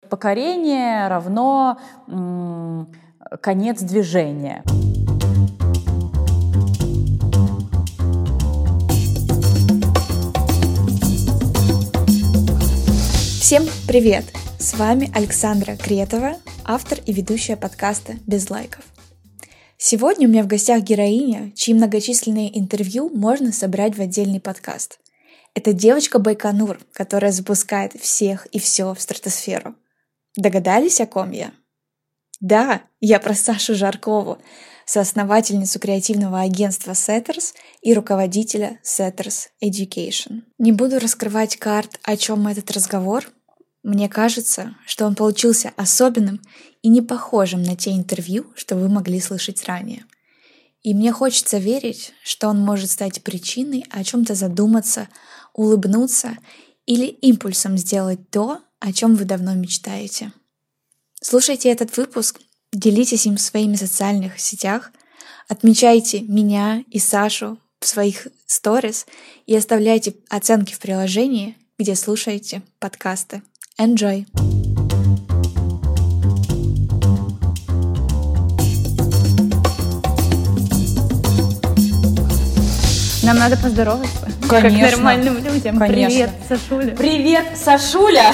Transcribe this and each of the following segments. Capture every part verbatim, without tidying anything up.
Покорение равно м- конец движения. Всем привет! С вами Александра Кретова, автор и ведущая подкаста «Без лайков». Сегодня у меня в гостях героиня, чьи многочисленные интервью можно собрать в отдельный подкаст. Это девочка Байконур, которая запускает всех и все в стратосферу. Догадались, о ком я? Да, я про Сашу Жаркову, соосновательницу креативного агентства Setters и руководителя Setters Education. Не буду раскрывать карт, о чем этот разговор. Мне кажется, что он получился особенным и не похожим на те интервью, что вы могли слышать ранее. И мне хочется верить, что он может стать причиной о чем-то задуматься, улыбнуться или импульсом сделать то, о чем вы давно мечтаете. Слушайте этот выпуск, делитесь им в своих социальных сетях, отмечайте меня и Сашу в своих сторис и оставляйте оценки в приложении, где слушаете подкасты. Enjoy! Нам надо поздороваться. Конечно. Как нормальным людям. Конечно. Привет, Сашуля. Привет, Сашуля!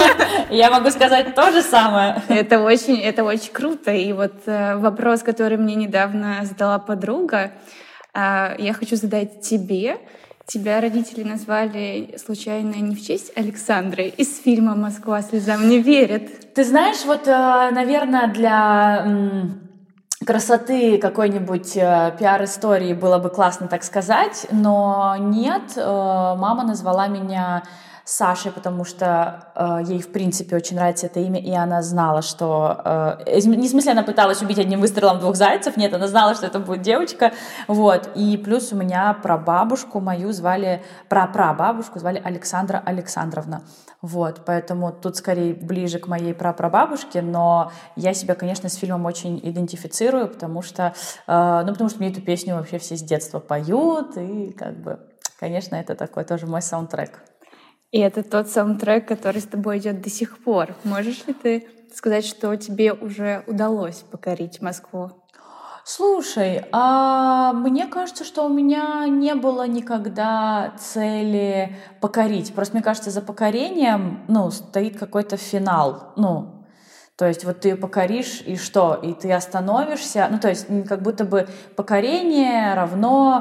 Я могу сказать то же самое. Это очень, это очень круто. И вот э, вопрос, который мне недавно задала подруга, э, я хочу задать тебе. Тебя родители назвали случайно не в честь Александры из фильма «Москва слезам не верит». Ты знаешь, вот, наверное, для м, красоты какой-нибудь э, пиар-истории было бы классно так сказать, но нет, э, мама назвала меня Сашей, потому что э, ей, в принципе, очень нравится это имя, и она знала, что... Э, не в смысле, она пыталась убить одним выстрелом двух зайцев, нет, она знала, что это будет девочка, вот. И плюс у меня прабабушку мою звали... Прапрабабушку звали Александра Александровна, вот. Поэтому тут скорее ближе к моей прапрабабушке, но я себя, конечно, с фильмом очень идентифицирую, потому что... Э, ну, потому что мне эту песню вообще все с детства поют, и как бы, конечно, это такой тоже мой саундтрек. И это тот саундтрек, который с тобой идет до сих пор. Можешь ли ты сказать, что тебе уже удалось покорить Москву? Слушай, а мне кажется, что у меня не было никогда цели покорить. Просто мне кажется, за покорением, ну, стоит какой-то финал, ну, то есть вот ты покоришь, и что? И ты остановишься. Ну, то есть как будто бы покорение равно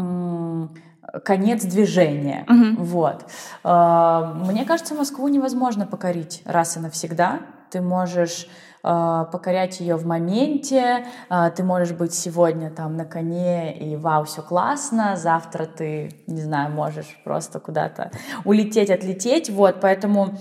м- конец движения. Uh-huh. Вот. А, мне кажется, Москву невозможно покорить раз и навсегда. Ты можешь а, покорять ее в моменте. А, ты можешь быть сегодня там на коне, и вау, все классно. Завтра ты, не знаю, можешь просто куда-то улететь, отлететь. Вот, поэтому...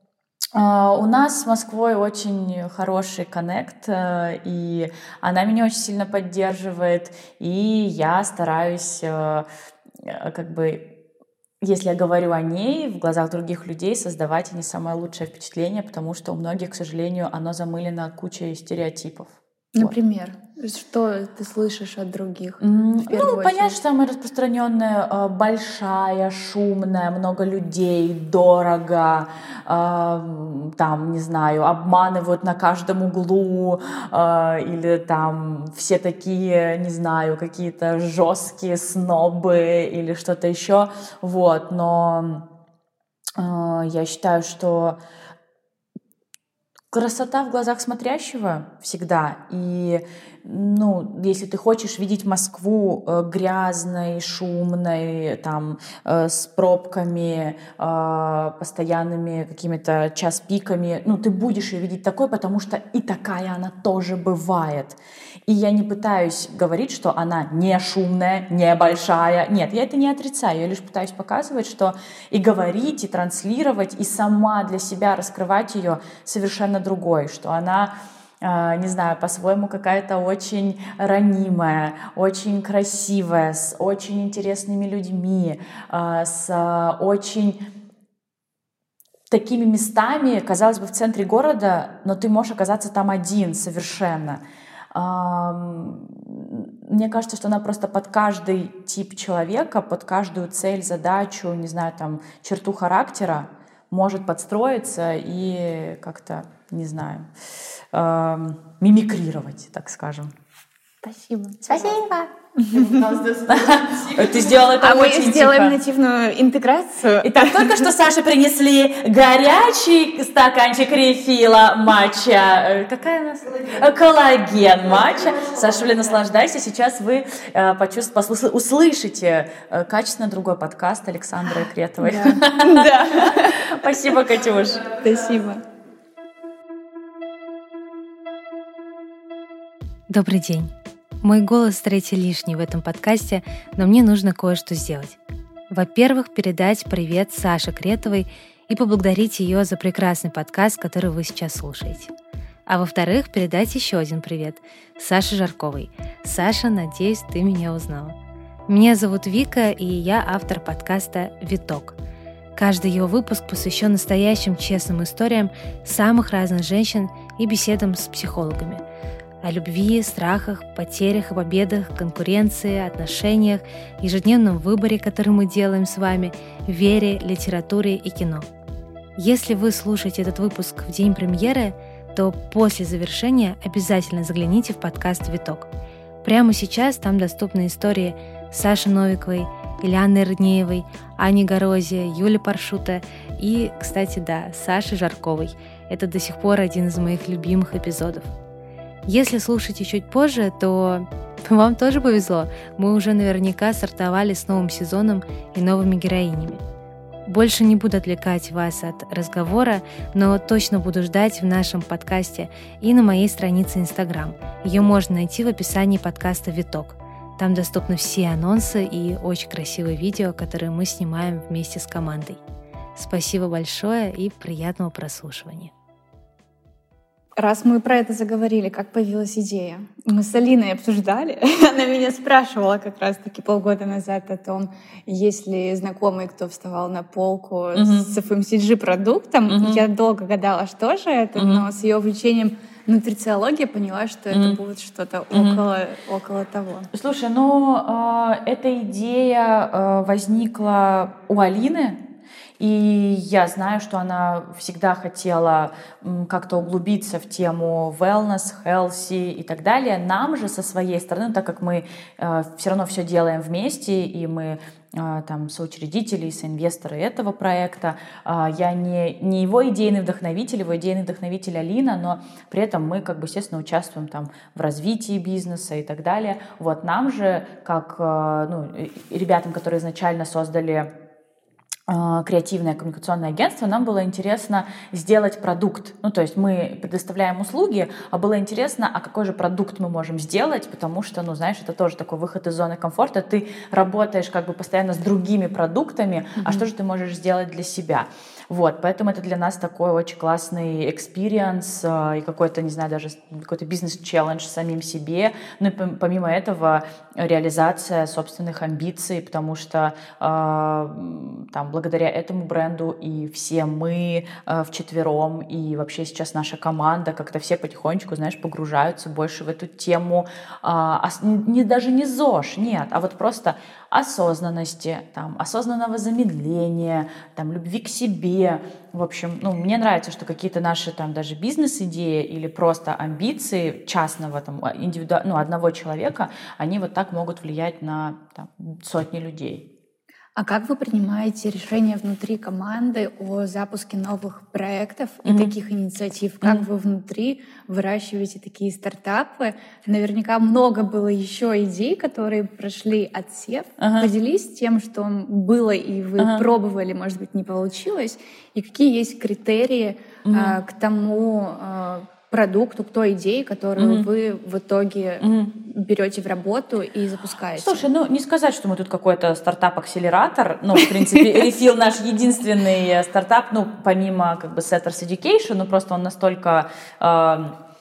Uh, у нас с Москвой очень хороший коннект, uh, и она меня очень сильно поддерживает, и я стараюсь, uh, как бы, если я говорю о ней, в глазах других людей создавать не самое лучшее впечатление, потому что у многих, к сожалению, оно замылено кучей стереотипов. Например, вот. Что ты слышишь от других? Mm, ну, понятно, что самое распространенное: большая, шумная, много людей, дорого, э, там, не знаю, обманывают на каждом углу, э, или там все такие, не знаю, какие-то жесткие снобы или что-то еще, вот, но э, я считаю, что красота в глазах смотрящего всегда. И, ну, если ты хочешь видеть Москву э, грязной, шумной, там, э, с пробками, э, постоянными какими-то час-пиками, ну, ты будешь ее видеть такой, потому что и такая она тоже бывает. И я не пытаюсь говорить, что она не шумная, не большая. Нет, я это не отрицаю. Я лишь пытаюсь показывать, что и говорить, и транслировать, и сама для себя раскрывать ее совершенно другой, что она, не знаю, по-своему какая-то очень ранимая, очень красивая, с очень интересными людьми, с очень такими местами, казалось бы, в центре города, но ты можешь оказаться там один совершенно. Мне кажется, что она просто под каждый тип человека, под каждую цель, задачу, не знаю, там, черту характера может подстроиться и как-то, не знаю, э, мимикрировать, так скажем. Спасибо. Спасибо. Ты сделала это а очень тихо. Мы сделаем нативную интеграцию. Итак, только что Саше принесли горячий стаканчик рефила матча. Какая у нас? Коллаген матча. Саша, наслаждайся. Сейчас вы почувствуете, услышите качественно другой подкаст Александры Кретовой. Да. Спасибо, Катюш. Спасибо. Добрый день. Мой голос третий лишний в этом подкасте, но мне нужно кое-что сделать. Во-первых, передать привет Саше Кретовой и поблагодарить ее за прекрасный подкаст, который вы сейчас слушаете. А во-вторых, передать еще один привет Саше Жарковой. Саша, надеюсь, ты меня узнала. Меня зовут Вика, и я автор подкаста «Виток». Каждый его выпуск посвящен настоящим честным историям самых разных женщин и беседам с психологами. О любви, страхах, потерях и победах, конкуренции, отношениях, ежедневном выборе, который мы делаем с вами, вере, литературе и кино. Если вы слушаете этот выпуск в день премьеры, то после завершения обязательно загляните в подкаст «Виток». Прямо сейчас там доступны истории Саши Новиковой, Ильяны Рыднеевой, Ани Горози, Юли Паршута и, кстати, да, Саши Жарковой. Это до сих пор один из моих любимых эпизодов. Если слушаете чуть позже, то вам тоже повезло. Мы уже наверняка стартовали с новым сезоном и новыми героинями. Больше не буду отвлекать вас от разговора, но точно буду ждать в нашем подкасте и на моей странице Instagram. Ее можно найти в описании подкаста «Виток». Там доступны все анонсы и очень красивые видео, которые мы снимаем вместе с командой. Спасибо большое и приятного прослушивания. Раз мы про это заговорили, как появилась идея? Мы с Алиной обсуждали. Она меня спрашивала как раз-таки полгода назад о том, есть ли знакомый, кто вставал на полку uh-huh. с эф эм си джи-продуктом. Uh-huh. Я долго гадала, что же это, uh-huh. но с ее увлечением нутрициологии поняла, что uh-huh. это будет что-то uh-huh. около, около того. Слушай, ну, э, эта идея э, возникла у Алины. И я знаю, что она всегда хотела как-то углубиться в тему wellness, healthy и так далее. Нам же со своей стороны, так как мы э, все равно все делаем вместе, и мы э, там соучредители и соинвесторы этого проекта, э, я не, не его идейный вдохновитель, его идейный вдохновитель Алина, но при этом мы, как бы, естественно, участвуем там в развитии бизнеса и так далее. Вот нам же, как э, ну, ребятам, которые изначально создали креативное коммуникационное агентство, нам было интересно сделать продукт. Ну, то есть мы предоставляем услуги, а было интересно, а какой же продукт мы можем сделать, потому что, ну, знаешь, это тоже такой выход из зоны комфорта. Ты работаешь как бы постоянно с другими продуктами, mm-hmm. а что же ты можешь сделать для себя? Вот, поэтому это для нас такой очень классный экспириенс и какой-то, не знаю, даже какой-то бизнес-челлендж самим себе. Ну и помимо этого реализация собственных амбиций, потому что э, там, благодаря этому бренду и все мы э, вчетвером, и вообще сейчас наша команда, как-то все потихонечку, знаешь, погружаются больше в эту тему, э, ос- не, даже не ЗОЖ, нет, а вот просто осознанности, там, осознанного замедления, там, любви к себе. В общем, ну, мне нравится, что какие-то наши там даже бизнес-идеи или просто амбиции частного, там, индивиду... ну, одного человека, они вот так могут влиять на там, сотни людей. А как вы принимаете решения внутри команды о запуске новых проектов и mm-hmm. таких инициатив? Как mm-hmm. вы внутри выращиваете такие стартапы? Наверняка много было еще идей, которые прошли отсев. Uh-huh. Поделись тем, что было и вы uh-huh. пробовали, может быть, не получилось. И какие есть критерии mm-hmm. а, к тому а, продукту, к той идее, которую mm-hmm. вы в итоге mm-hmm. берете в работу и запускаете? Слушай, ну не сказать, что мы тут какой-то стартап-акселератор. Ну, в принципе, Refill наш единственный стартап, ну, помимо как бы Setters Education, ну, просто он настолько... Э,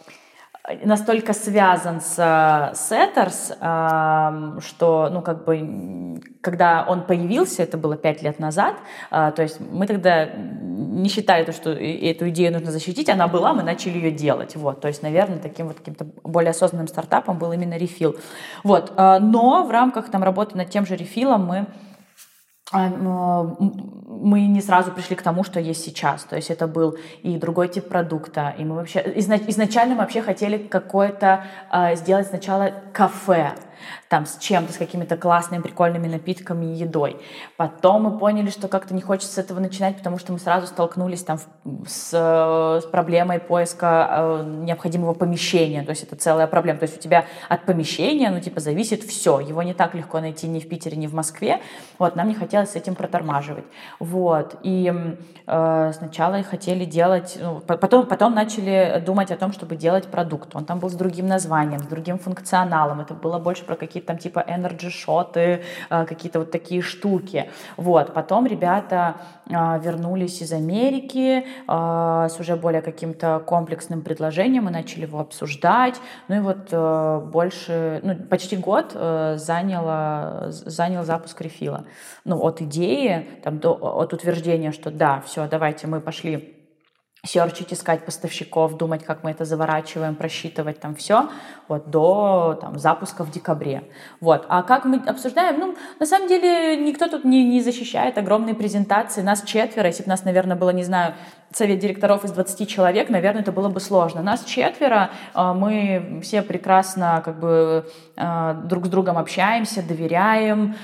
настолько связан с Setters, э, что, ну, как бы, когда он появился, это было пять лет назад, э, то есть мы тогда не считали, что эту идею нужно защитить, она была, мы начали ее делать, вот, то есть, наверное, таким вот каким-то более осознанным стартапом был именно Refill, вот, э, но в рамках там работы над тем же Refill мы мы не сразу пришли к тому, что есть сейчас. То есть это был и другой тип продукта. И мы вообще изначально мы вообще хотели какое-то сделать сначала кафе. Там с чем-то, с какими-то классными, прикольными напитками и едой. Потом мы поняли, что как-то не хочется с этого начинать, потому что мы сразу столкнулись там с, с проблемой поиска э, необходимого помещения. То есть это целая проблема. То есть у тебя от помещения, ну, типа, зависит все. Его не так легко найти ни в Питере, ни в Москве. Вот, нам не хотелось с этим протормаживать. Вот. И э, сначала хотели делать... Ну, потом, потом начали думать о том, чтобы делать продукт. Он там был с другим названием, с другим функционалом. Это было больше про какие-то там типа энерджи-шоты, какие-то вот такие штуки. Вот. Потом ребята вернулись из Америки с уже более каким-то комплексным предложением, мы начали его обсуждать. Ну и вот больше, ну, почти год заняло, занял запуск рефила. Ну, от идеи, там, до, от утверждения, что да, все, давайте мы пошли серчить, искать поставщиков, думать, как мы это заворачиваем, просчитывать там все, вот, до там, запуска в декабре. Вот. А как мы обсуждаем? Ну, на самом деле, никто тут не, не защищает огромные презентации. Нас четверо. Если бы нас, наверное, было, не знаю, совет директоров из двадцати человек, наверное, это было бы сложно. Нас четверо, мы все прекрасно как бы друг с другом общаемся, доверяем,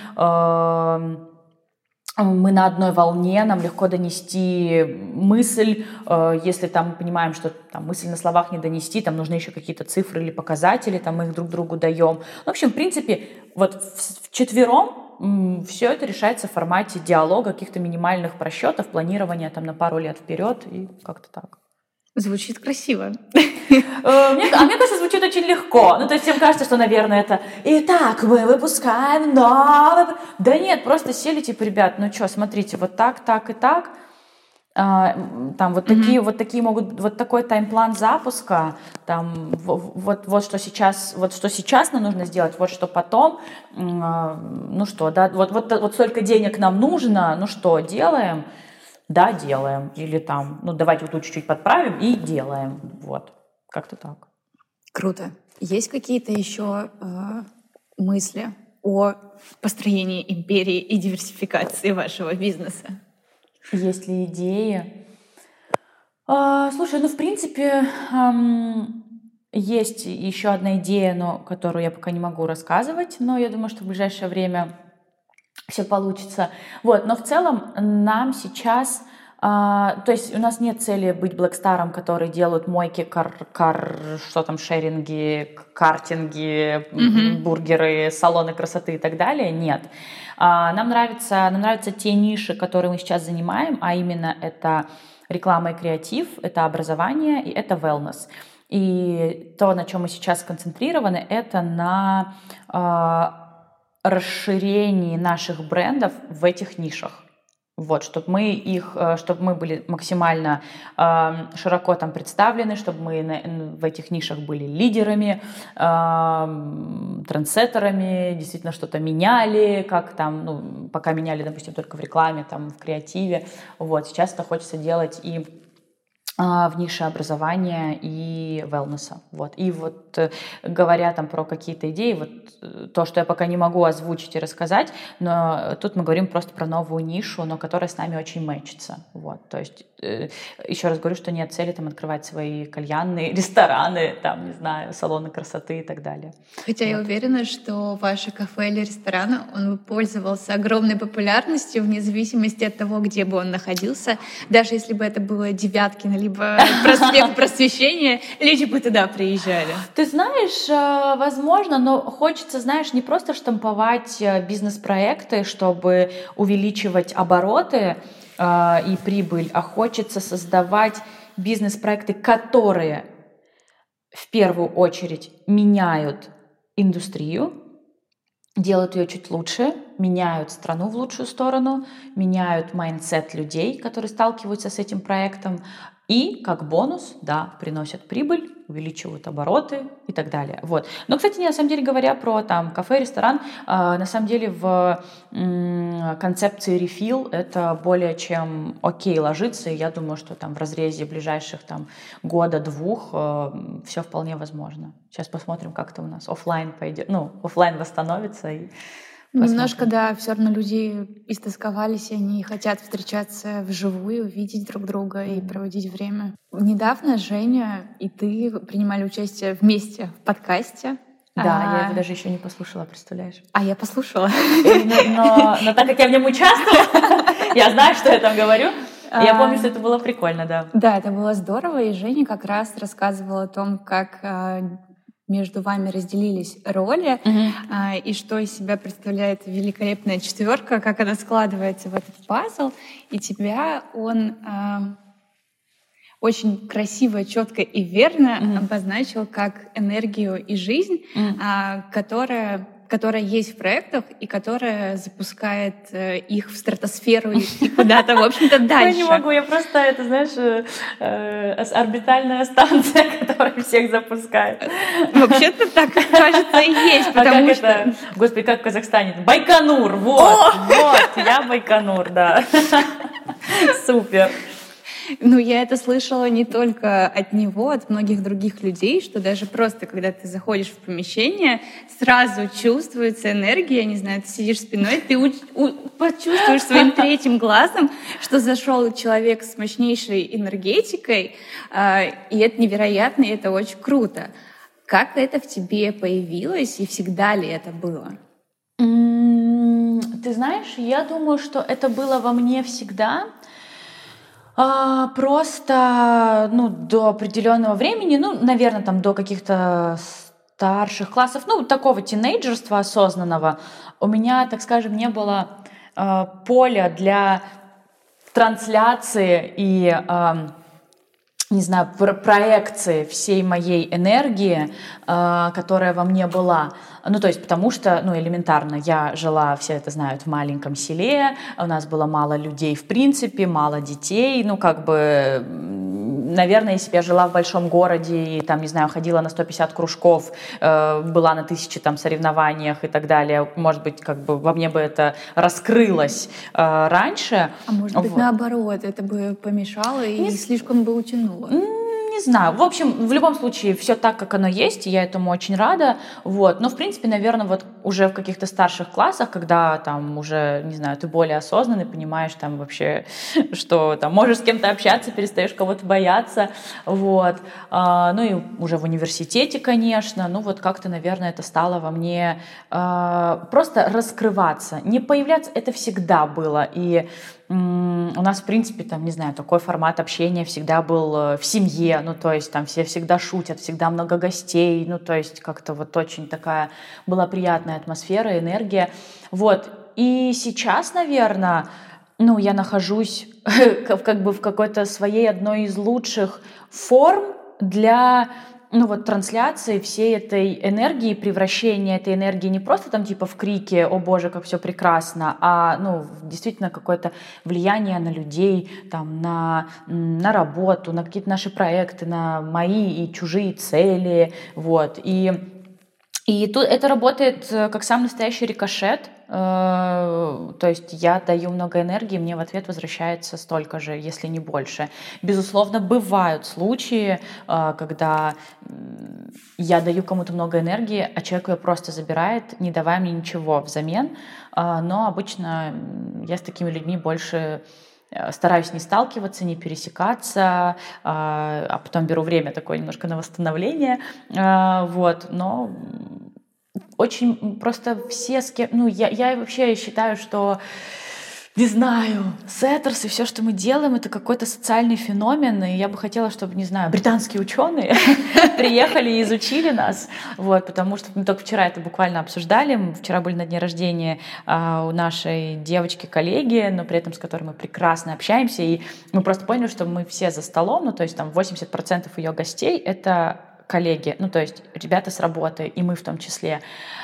мы на одной волне, нам легко донести мысль, если там мы понимаем, что там мысль на словах не донести, там нужны еще какие-то цифры или показатели, там мы их друг другу даем. В общем, в принципе, вот вчетвером все это решается в формате диалога, каких-то минимальных просчетов, планирования там на пару лет вперед и как-то так. Звучит красиво. Мне, а мне кажется, звучит очень легко. Ну, то есть всем кажется, что, наверное, это «Итак, мы выпускаем новый...» Да нет, просто сели, типа, ребят, ну что, смотрите, вот так, так и так. А, там вот, mm-hmm. такие, вот такие могут... Вот такой таймплан запуска. Там вот, вот, что сейчас, вот что сейчас нам нужно сделать, вот что потом. Ну что, да, вот, вот, вот столько денег нам нужно, ну что, делаем? Да, делаем. Или там, ну, давайте вот тут чуть-чуть подправим и делаем. Вот. Как-то так. Круто. Есть какие-то еще э, мысли о построении империи и диверсификации вашего бизнеса? Есть ли идеи? А, слушай, ну, в принципе, эм, есть еще одна идея, но, которую я пока не могу рассказывать, но я думаю, что в ближайшее время все получится. Вот, но в целом нам сейчас, а, то есть у нас нет цели быть Blackstar'ом, которые делают мойки, кар, кар, что там, шеринги, картинги, mm-hmm. бургеры, салоны красоты и так далее. Нет. А, нам нравится, нам нравятся те ниши, которые мы сейчас занимаем, а именно это реклама и креатив, это образование и это wellness. И то, на чем мы сейчас сконцентрированы, это на а, расширении наших брендов в этих нишах. Вот, чтобы мы их, чтобы мы были максимально э, широко там представлены, чтобы мы на, в этих нишах были лидерами, э, трендсеттерами, действительно что-то меняли, как там, ну, пока меняли, допустим, только в рекламе, там, в креативе. Вот, сейчас это хочется делать и в нише образования и wellness. Вот. И вот говоря там про какие-то идеи, вот то, что я пока не могу озвучить и рассказать, но тут мы говорим просто про новую нишу, но которая с нами очень мэчится. Вот. То есть еще раз говорю, что нет цели там открывать свои кальянные рестораны, там, не знаю, салоны красоты и так далее. Хотя вот. Я уверена, что ваше кафе или ресторан, он бы пользовался огромной популярностью вне зависимости от того, где бы он находился. Даже если бы это было Девяткино, либо проспект Просвещения, люди бы туда приезжали. Ты знаешь, возможно, но хочется, знаешь, не просто штамповать бизнес-проекты, чтобы увеличивать обороты и прибыль, а хочется создавать бизнес-проекты, которые в первую очередь меняют индустрию, делают ее чуть лучше, меняют страну в лучшую сторону, меняют майндсет людей, которые сталкиваются с этим проектом, и как бонус, да, приносят прибыль, увеличивают обороты и так далее. Вот. Но, кстати, на самом деле, говоря про там, кафе, ресторан, э, на самом деле в э, концепции refill это более чем окей ложится, и я думаю, что там в разрезе ближайших там, года-двух э, все вполне возможно. Сейчас посмотрим, как это у нас офлайн пойдет, ну, офлайн восстановится, и Немножко, да, все равно люди истосковались, и они хотят встречаться вживую, видеть друг друга и проводить время. Недавно Женя и ты принимали участие вместе в подкасте. Да, а... я его даже еще не послушала, представляешь? А я послушала. Но, но, но так как я в нем участвовала, я знаю, что я там говорю. Я помню, что это было прикольно, да. Да, это было здорово, и Женя как раз рассказывала о том, как между вами разделились роли, uh-huh. а, и что из себя представляет великолепная четверка, как она складывается в этот пазл. И тебя он а, очень красиво, четко и верно uh-huh. обозначил как энергию и жизнь, uh-huh. а, которая, которая есть в проектах и которая запускает э, их в стратосферу и, и куда-то, в общем-то, дальше. Я не могу, я просто, это, знаешь, э, э, орбитальная станция, которая всех запускает. Вообще-то так, кажется, и есть, потому а как что... Это? Господи, как в Казахстане? Байконур, вот, О! вот, я Байконур, да. Супер. Ну, я это слышала не только от него, от многих других людей, что даже просто, когда ты заходишь в помещение, сразу чувствуется энергия, не знаю, ты сидишь спиной, ты у- у- почувствуешь своим третьим глазом, что зашел человек с мощнейшей энергетикой, э, и это невероятно, и это очень круто. Как это в тебе появилось, и всегда ли это было? Ты знаешь, я думаю, что это было во мне всегда. А, просто, ну, до определенного времени, ну, наверное, там до каких-то старших классов, ну, такого тинейджерства осознанного, у меня, так скажем, не было а, поля для трансляции и, а, не знаю, про- проекции всей моей энергии, а, которая во мне была. Ну, то есть, потому что, ну, элементарно, я жила, все это знают, в маленьком селе, у нас было мало людей в принципе, мало детей, ну, как бы, наверное, если бы я жила в большом городе и, там, не знаю, ходила на сто пятьдесят кружков, э, была на тысяче, там, соревнованиях и так далее, может быть, как бы во мне бы это раскрылось э, раньше. А может быть, вот. Наоборот, это бы помешало и не слишком бы утянуло? Не знаю. В общем, в любом случае, все так, как оно есть, и я этому очень рада. Вот. Но, в принципе, наверное, вот уже в каких-то старших классах, когда там уже, не знаю, ты более осознанный, понимаешь там вообще, что там можешь с кем-то общаться, перестаешь кого-то бояться. Вот. А, ну и уже в университете, конечно. Ну вот как-то, наверное, это стало во мне а, просто раскрываться. Не появляться, это всегда было. И у нас, в принципе, там, не знаю, такой формат общения всегда был в семье, ну, то есть там все всегда шутят, всегда много гостей, ну, то есть как-то вот очень такая была приятная атмосфера, энергия, вот. И сейчас, наверное, ну, я нахожусь как бы в какой-то своей одной из лучших форм для... ну вот трансляции всей этой энергии, превращения этой энергии не просто там типа в крике «О боже, как все прекрасно», а ну действительно какое-то влияние на людей, там, на, на работу, на какие-то наши проекты, на мои и чужие цели, вот. И, и тут это работает как сам настоящий рикошет. То есть я даю много энергии, мне в ответ возвращается столько же, если не больше. Безусловно, бывают случаи, когда я даю кому-то много энергии, а человек ее просто забирает, не давая мне ничего взамен. Но обычно я с такими людьми больше стараюсь не сталкиваться, не пересекаться, а потом беру время такое немножко на восстановление. Вот, но... Очень просто все с кем... Ну, я, я вообще считаю, что, не знаю, сеттерс и все, что мы делаем, это какой-то социальный феномен, и я бы хотела, чтобы, не знаю, британские ученые приехали и изучили нас, вот, потому что мы только вчера это буквально обсуждали, мы вчера были на дне рождения а, у нашей девочки-коллеги, но при этом с которой мы прекрасно общаемся, и мы просто поняли, что мы все за столом, ну, то есть там восемьдесят процентов ее гостей — это коллеги, ну, то есть ребята с работы, и мы в том числе.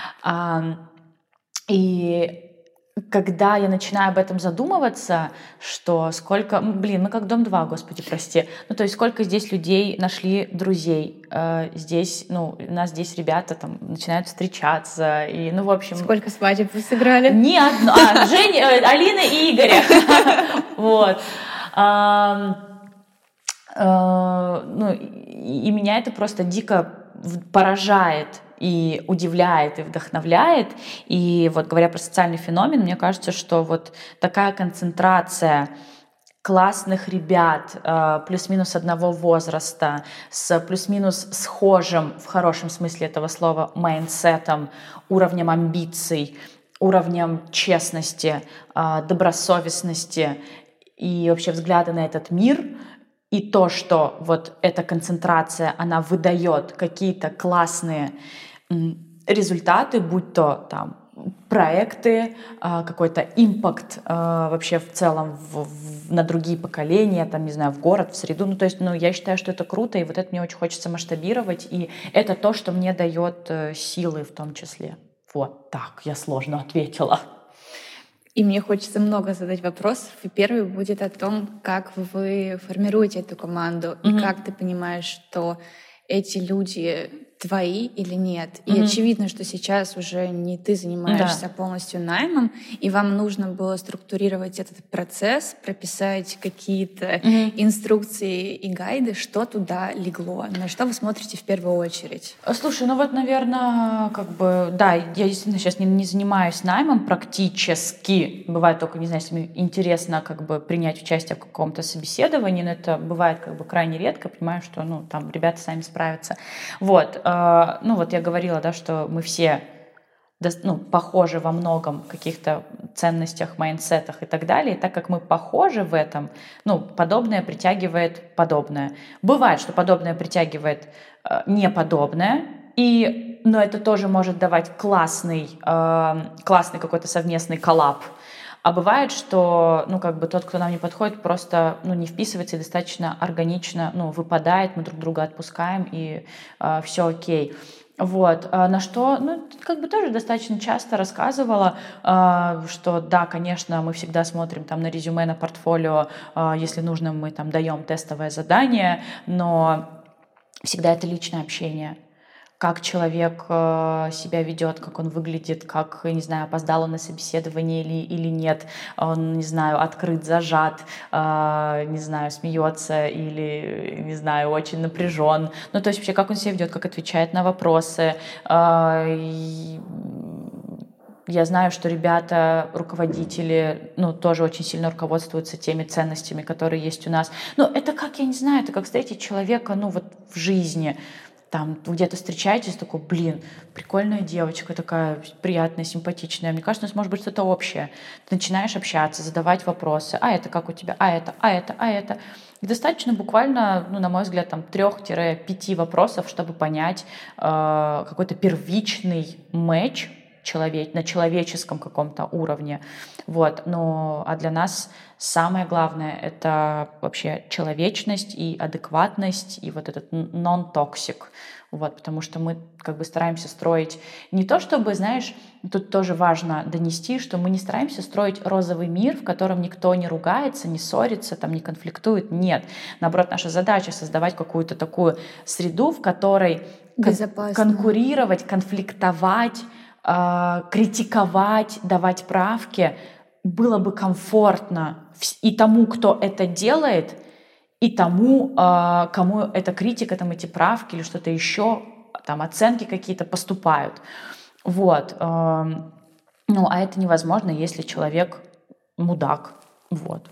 И когда я начинаю об этом задумываться, что сколько... Блин, мы как дом-два, господи, прости. Ну, то есть сколько здесь людей нашли друзей. Здесь, ну, у нас здесь ребята там начинают встречаться. И, ну, в общем... Сколько свадеб вы сыграли? Не одно. А, Женя, Алина и Игоря. Вот. Ну, и меня это просто дико поражает и удивляет, и вдохновляет. И вот говоря про социальный феномен, мне кажется, что вот такая концентрация классных ребят, плюс-минус одного возраста, с плюс-минус схожим, в хорошем смысле этого слова, майндсетом, уровнем амбиций, уровнем честности, добросовестности и вообще взгляда на этот мир, и то, что вот эта концентрация, она выдает какие-то классные результаты, будь то там проекты, какой-то импакт вообще в целом в, в, на другие поколения, там, не знаю, в город, в среду. Ну, то есть, ну, я считаю, что это круто, и вот это мне очень хочется масштабировать, и это то, что мне дает силы в том числе. Вот так я сложно ответила. И мне хочется много задать вопросов. И первый будет о том, как вы формируете эту команду, mm-hmm. и как ты понимаешь, что эти люди твои или нет. И mm-hmm. очевидно, что сейчас уже не ты занимаешься да. полностью наймом, и вам нужно было структурировать этот процесс, прописать какие-то mm-hmm. инструкции и гайды, что туда легло, на что вы смотрите в первую очередь. Слушай, ну вот, наверное, как бы, да, я действительно сейчас не, не занимаюсь наймом практически. Бывает только, не знаю, если мне интересно как бы принять участие в каком-то собеседовании, но это бывает как бы крайне редко, понимаю, что, ну, там ребята сами справятся. Вот. Ну вот я говорила, да, что мы все ну, похожи во многом в каких-то ценностях, майндсетах и так далее. И так как мы похожи в этом, ну, подобное притягивает подобное. Бывает, что подобное притягивает э, неподобное, и, но это тоже может давать классный, э, классный какой-то совместный коллаб. А бывает, что, ну, как бы тот, кто нам не подходит, просто, ну, не вписывается и достаточно органично, ну, выпадает, мы друг друга отпускаем, и э, все окей. Вот. А на что, ну, как бы тоже достаточно часто рассказывала, э, что, да, конечно, мы всегда смотрим там на резюме, на портфолио, э, если нужно, мы там даем тестовое задание, но всегда это личное общение. Как человек себя ведет, как он выглядит, как, я не знаю, опоздал он на собеседование или, или нет, он, не знаю, открыт, зажат, э, не знаю, смеется или, не знаю, очень напряжен. Ну, то есть вообще, как он себя ведет, как отвечает на вопросы. Э, и... Я знаю, что ребята, руководители, ну, тоже очень сильно руководствуются теми ценностями, которые есть у нас. Ну, это как, я не знаю, это как встретить человека, ну, вот в жизни. Там где-то встречаетесь, такой, блин, прикольная девочка, такая приятная, симпатичная. Мне кажется, у нас может быть что-то общее. Ты начинаешь общаться, задавать вопросы. А это как у тебя? А это? А это? А это? И достаточно буквально, ну, на мой взгляд, там трех-пяти вопросов, чтобы понять э, какой-то первичный матч человек, на человеческом каком-то уровне. Вот. Ну, а для нас самое главное — это вообще человечность и адекватность, и вот этот non-toxic. Вот, потому что мы как бы стараемся строить не то, чтобы, знаешь, тут тоже важно донести, что мы не стараемся строить розовый мир, в котором никто не ругается, не ссорится, там, не конфликтует. Нет. Наоборот, наша задача — создавать какую-то такую среду, в которой кон- конкурировать, конфликтовать, э- критиковать, давать правки было бы комфортно и тому, кто это делает, и тому, кому эта критика, там, эти правки или что-то еще, там, оценки какие-то поступают. Вот. Ну, а это невозможно, если человек мудак. Вот.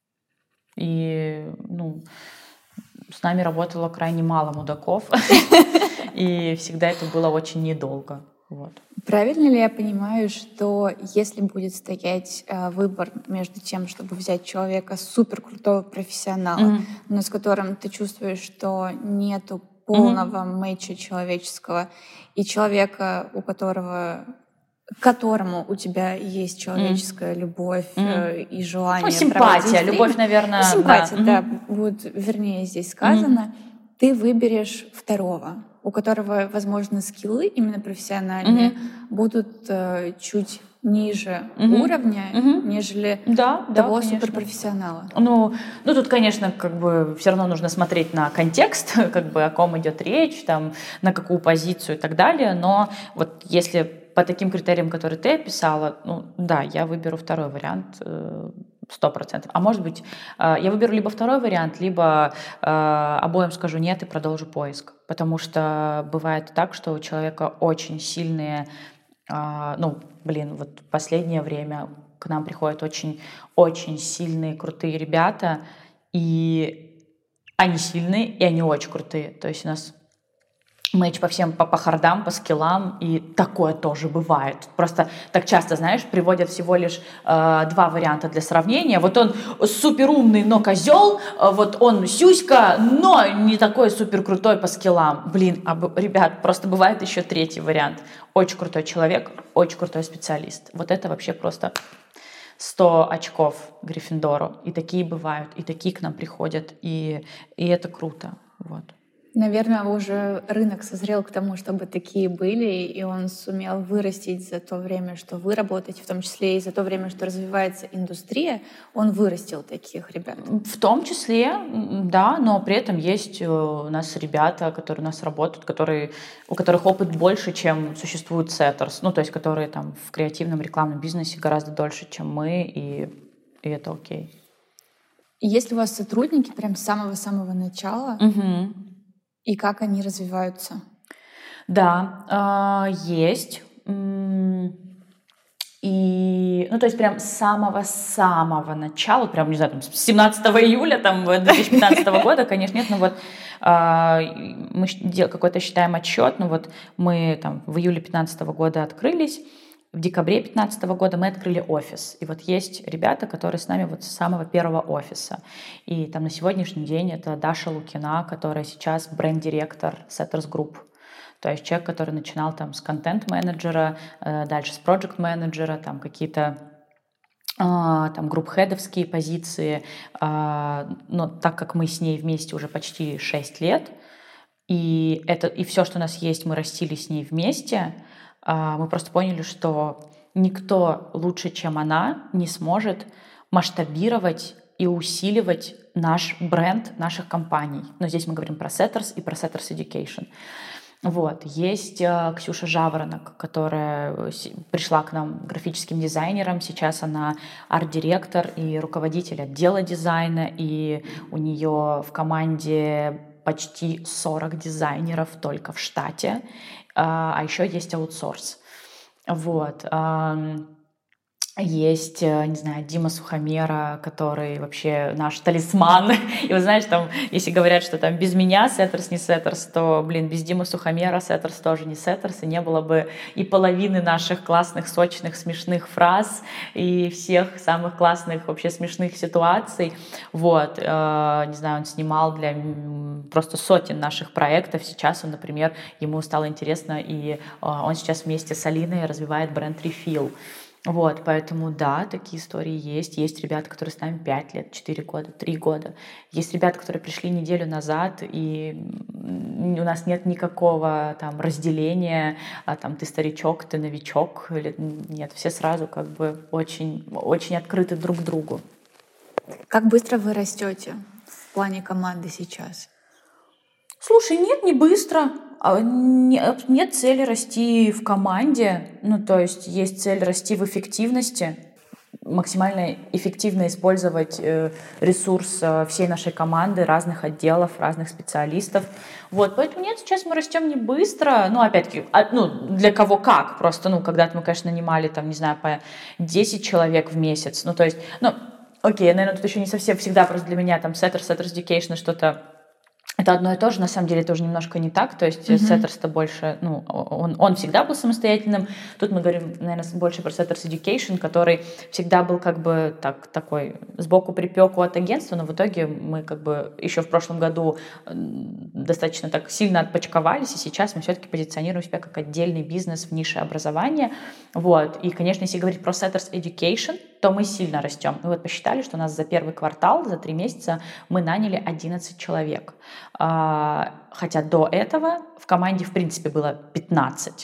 И, ну, с нами работало крайне мало мудаков, и всегда это было очень недолго. Вот. Правильно ли я понимаю, что если будет стоять э, выбор между тем, чтобы взять человека суперкрутого профессионала, mm-hmm. но с которым ты чувствуешь, что нету полного mm-hmm. мэча человеческого, и человека, у которого, к которому у тебя есть человеческая mm-hmm. любовь mm-hmm. и желание, ну, симпатия, любовь, наверное, ну, симпатия, да, да, mm-hmm. будет вернее здесь сказано, mm-hmm. ты выберешь второго, у которого, возможно, скиллы именно профессиональные mm-hmm. будут э, чуть ниже mm-hmm. уровня, mm-hmm. нежели да, того да, суперпрофессионала. Ну, ну, тут, конечно, как бы все равно нужно смотреть на контекст, как бы о ком идет речь, там, на какую позицию и так далее. Но вот если по таким критериям, которые ты описала, ну, да, я выберу второй вариант. сто процентов. А может быть, я выберу либо второй вариант, либо обоим скажу нет и продолжу поиск. Потому что бывает так, что у человека очень сильные, ну, блин, вот в последнее время к нам приходят очень-очень сильные, крутые ребята, и они сильные, и они очень крутые. То есть у нас мэч по всем, по, по хардам, по скиллам, и такое тоже бывает. Просто так часто, знаешь, приводят всего лишь э, два варианта для сравнения. Вот он суперумный, но козел, э, вот он сюська, но не такой супер крутой по скиллам. Блин, а, ребят, просто бывает еще третий вариант. Очень крутой человек, очень крутой специалист. Вот это вообще просто сто очков Гриффиндору. И такие бывают, и такие к нам приходят, и, и это круто. Вот. Наверное, уже рынок созрел к тому, чтобы такие были, и он сумел вырастить за то время, что вы работаете, в том числе и за то время, что развивается индустрия, он вырастил таких ребят. В том числе, да, но при этом есть у нас ребята, которые у нас работают, которые, у которых опыт больше, чем существует сеттерс, ну, то есть которые там в креативном рекламном бизнесе гораздо дольше, чем мы, и, и это окей. Есть ли у вас сотрудники прям с самого-самого начала? Угу. И как они развиваются? Да, есть. И, ну, то есть прям с самого-самого начала, прям, не знаю, там, с семнадцатого июля там, две тысячи пятнадцатого года, конечно, нет, но вот мы какой-то считаем отчет, ну вот мы там в июле пятнадцатого года открылись, в декабре пятнадцатого года мы открыли офис. И вот есть ребята, которые с нами вот с самого первого офиса. И там на сегодняшний день это Даша Лукина, которая сейчас бренд-директор Setters Group. То есть человек, который начинал там с контент-менеджера, дальше с проект-менеджера, там какие-то там групп-хедовские позиции. Но так как мы с ней вместе уже почти шесть лет, и, это, и все, что у нас есть, мы растили с ней вместе, мы просто поняли, что никто лучше, чем она, не сможет масштабировать и усиливать наш бренд наших компаний. Но здесь мы говорим про Setters и про Setters Education. Вот. Есть Ксюша Жаворонок, которая пришла к нам графическим дизайнером. Сейчас она арт-директор и руководитель отдела дизайна, и у нее в команде почти сорок дизайнеров только в штате. А еще есть аутсорс. Вот. Есть, не знаю, Дима Сухомера, который вообще наш талисман. И вы знаете, там, если говорят, что там без меня Setters не Setters, то, блин, без Димы Сухомера Setters тоже не Setters, и не было бы и половины наших классных, сочных, смешных фраз, и всех самых классных, вообще смешных ситуаций. Вот. Не знаю, он снимал для просто сотен наших проектов. Сейчас он, например, ему стало интересно, и он сейчас вместе с Алиной развивает бренд Refill. Вот, поэтому да, такие истории есть. Есть ребята, которые с нами пять лет, четыре года, три года. Есть ребята, которые пришли неделю назад, и у нас нет никакого там разделения, а, там ты старичок, ты новичок. Или... Нет, все сразу как бы очень, очень открыты друг к другу. Как быстро вы растете в плане команды сейчас? Слушай, нет, не быстро. Нет цели расти в команде, ну то есть есть цель расти в эффективности, максимально эффективно использовать ресурс всей нашей команды, разных отделов, разных специалистов. Вот, поэтому нет, сейчас мы растем не быстро, ну опять-таки, ну для кого как, просто, ну когда-то мы, конечно, нанимали там, не знаю, по десять человек в месяц, ну то есть, ну окей, наверное, тут еще не совсем всегда просто для меня там Setters, Setters Education что-то. Это одно и то же, на самом деле тоже немножко не так, то есть mm-hmm. Setters-то больше, ну, он, он всегда был самостоятельным, тут мы говорим, наверное, больше про Setters Education, который всегда был как бы так, такой сбоку припеку от агентства, но в итоге мы как бы еще в прошлом году достаточно так сильно отпочковались, и сейчас мы все-таки позиционируем себя как отдельный бизнес в нише образования, вот, и, конечно, если говорить про Setters Education, то мы сильно растем. Мы вот посчитали, что у нас за первый квартал, за три месяца мы наняли одиннадцать человек. Хотя до этого в команде, в принципе, было пятнадцать.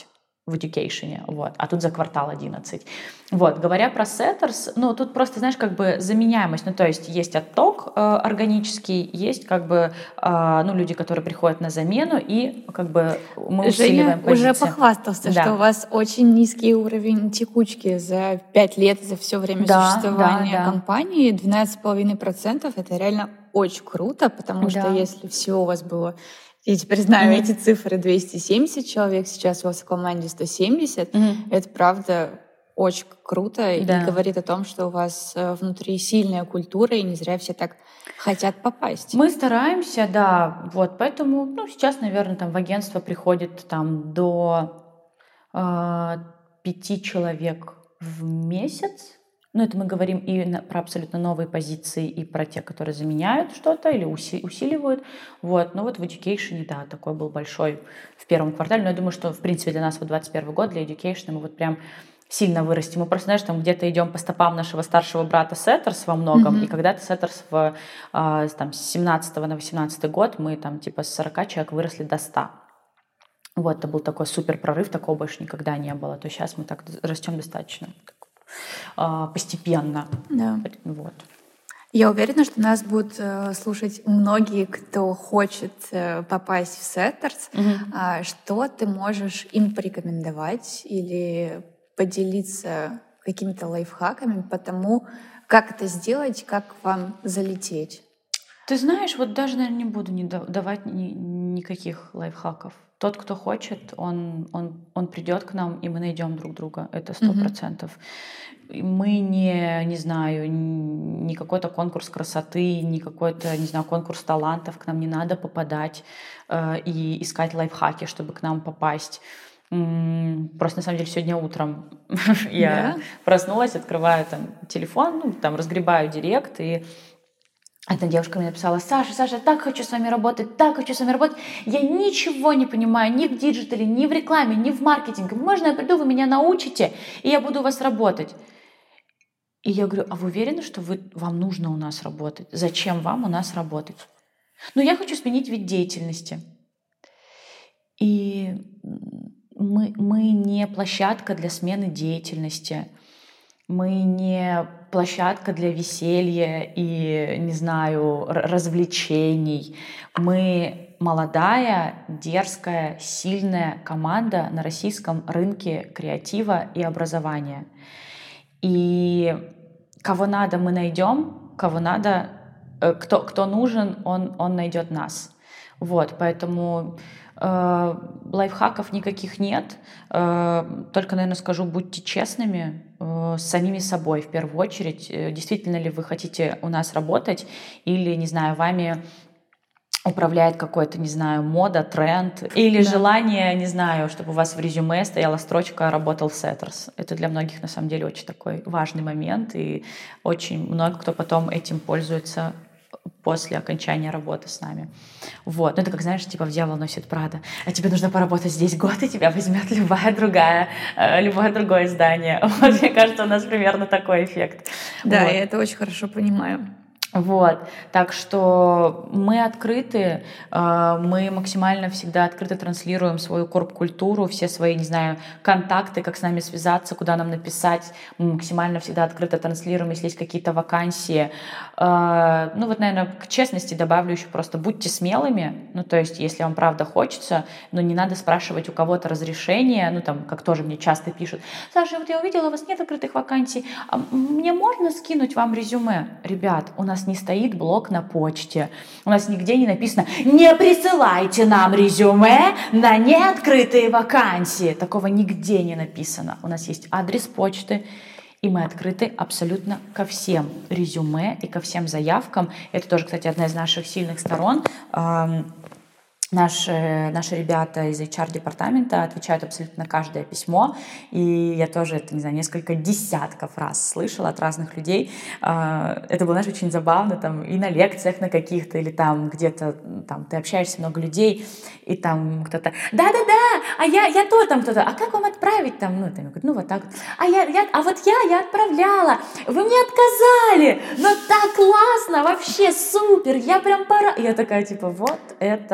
в education, вот, а тут за квартал одиннадцать. Вот, говоря про setters, ну, тут просто, знаешь, как бы заменяемость, ну, то есть есть отток э, органический, есть как бы, э, ну, люди, которые приходят на замену, и как бы мы усиливаем Женя позиции. уже похвастался, да. что у вас очень низкий уровень текучки за пять лет, за все время да, существования да, да. компании, двенадцать целых пять десятых процента, это реально очень круто, потому да. что если все у вас было... Я теперь знаю mm-hmm. эти цифры, двести семьдесят человек, сейчас у вас в команде сто семьдесят. Mm-hmm. Это правда очень круто да. и говорит о том, что у вас внутри сильная культура, и не зря все так хотят попасть. Мы стараемся, да, вот, поэтому, ну, сейчас, наверное, там в агентство приходит там до э, пяти человек в месяц. Ну, это мы говорим и на, про абсолютно новые позиции, и про те, которые заменяют что-то или уси, усиливают. Вот. Но вот в education, да, такой был большой в первом квартале. Но я думаю, что, в принципе, для нас вот двадцать первый год, для education мы вот прям сильно вырастем. Мы просто, знаешь, там где-то идем по стопам нашего старшего брата Setters во многом, mm-hmm. и когда-то Setters в, а, там, с семнадцатого на восемнадцатый год мы там типа с сорока человек выросли до ста. Вот, это был такой супер прорыв, такого больше никогда не было. То есть сейчас мы так растем достаточно постепенно. Да. Вот. Я уверена, что нас будут э, слушать многие, кто хочет э, попасть в Setters. Mm-hmm. А, что ты можешь им порекомендовать или поделиться какими-то лайфхаками по тому, как это сделать, как вам залететь? Ты знаешь, вот даже, наверное, не буду не давать ни, никаких лайфхаков. Тот, кто хочет, он, он, он придет к нам, и мы найдем друг друга. Это сто процентов. Mm-hmm. Мы не, не знаю, не какой-то конкурс красоты, не какой-то, не знаю, конкурс талантов. К нам не надо попадать э, и искать лайфхаки, чтобы к нам попасть. Просто, на самом деле, сегодня утром я yeah. проснулась, открываю там телефон, ну, там разгребаю директ, и одна девушка мне написала: Саша, Саша, так хочу с вами работать, так хочу с вами работать. Я ничего не понимаю ни в диджитале, ни в рекламе, ни в маркетинге. Можно я приду, вы меня научите, и я буду у вас работать? И я говорю: а вы уверены, что вы, вам нужно у нас работать? Зачем вам у нас работать? Ну, я хочу сменить вид деятельности. И мы, мы не площадка для смены деятельности. Мы не площадка для веселья и, не знаю, развлечений. Мы молодая, дерзкая, сильная команда на российском рынке креатива и образования. И кого надо, мы найдем, кого надо, кто, кто нужен, он, он найдет нас. Вот, поэтому э, лайфхаков никаких нет. Э, только, наверное, скажу, будьте честными э, с самими собой в первую очередь. Э, действительно ли вы хотите у нас работать, или, не знаю, вами управляет какой-то, не знаю, мода, тренд, или да. желание, не знаю, чтобы у вас в резюме стояла строчка «работал в Setters». Это для многих, на самом деле, очень такой важный момент, и очень много кто потом этим пользуется после окончания работы с нами. Вот. Ну, это как, знаешь, типа в «Дьявол носит Прада». А тебе нужно поработать здесь год, и тебя возьмет любая другая, э, любое другое издание. Вот, мне кажется, у нас примерно такой эффект. Да, вот. Я это очень хорошо понимаю. Вот, так что мы открыты, мы максимально всегда открыто транслируем свою корп-культуру, все свои, не знаю, контакты, как с нами связаться, куда нам написать, мы максимально всегда открыто транслируем, если есть какие-то вакансии. Ну вот, наверное, к честности добавлю еще просто: будьте смелыми, ну то есть если вам правда хочется, но не надо спрашивать у кого-то разрешения, ну там, как тоже мне часто пишут: Саша, вот я увидела, у вас нет открытых вакансий, а мне можно скинуть вам резюме? Ребят, у нас не стоит блок на почте. У нас нигде не написано: не присылайте нам резюме на неоткрытые вакансии. Такого нигде не написано. У нас есть адрес почты, и мы открыты абсолютно ко всем резюме и ко всем заявкам. Это тоже, кстати, одна из наших сильных сторон. Наши, наши ребята из эйч ар-департамента отвечают абсолютно на каждое письмо, и я тоже, это, не знаю, несколько десятков раз слышала от разных людей. Это было, знаешь, очень забавно, там, и на лекциях на каких-то, или там где-то, там, ты общаешься, много людей, и там кто-то: да-да-да, а я, я то, там кто-то, а как вам отправить, там, ну, там, я говорю, ну, вот так вот, а, я, я, а вот я, я отправляла, вы мне отказали, ну, так классно, вообще супер, я прям пора, и я такая, типа, вот это...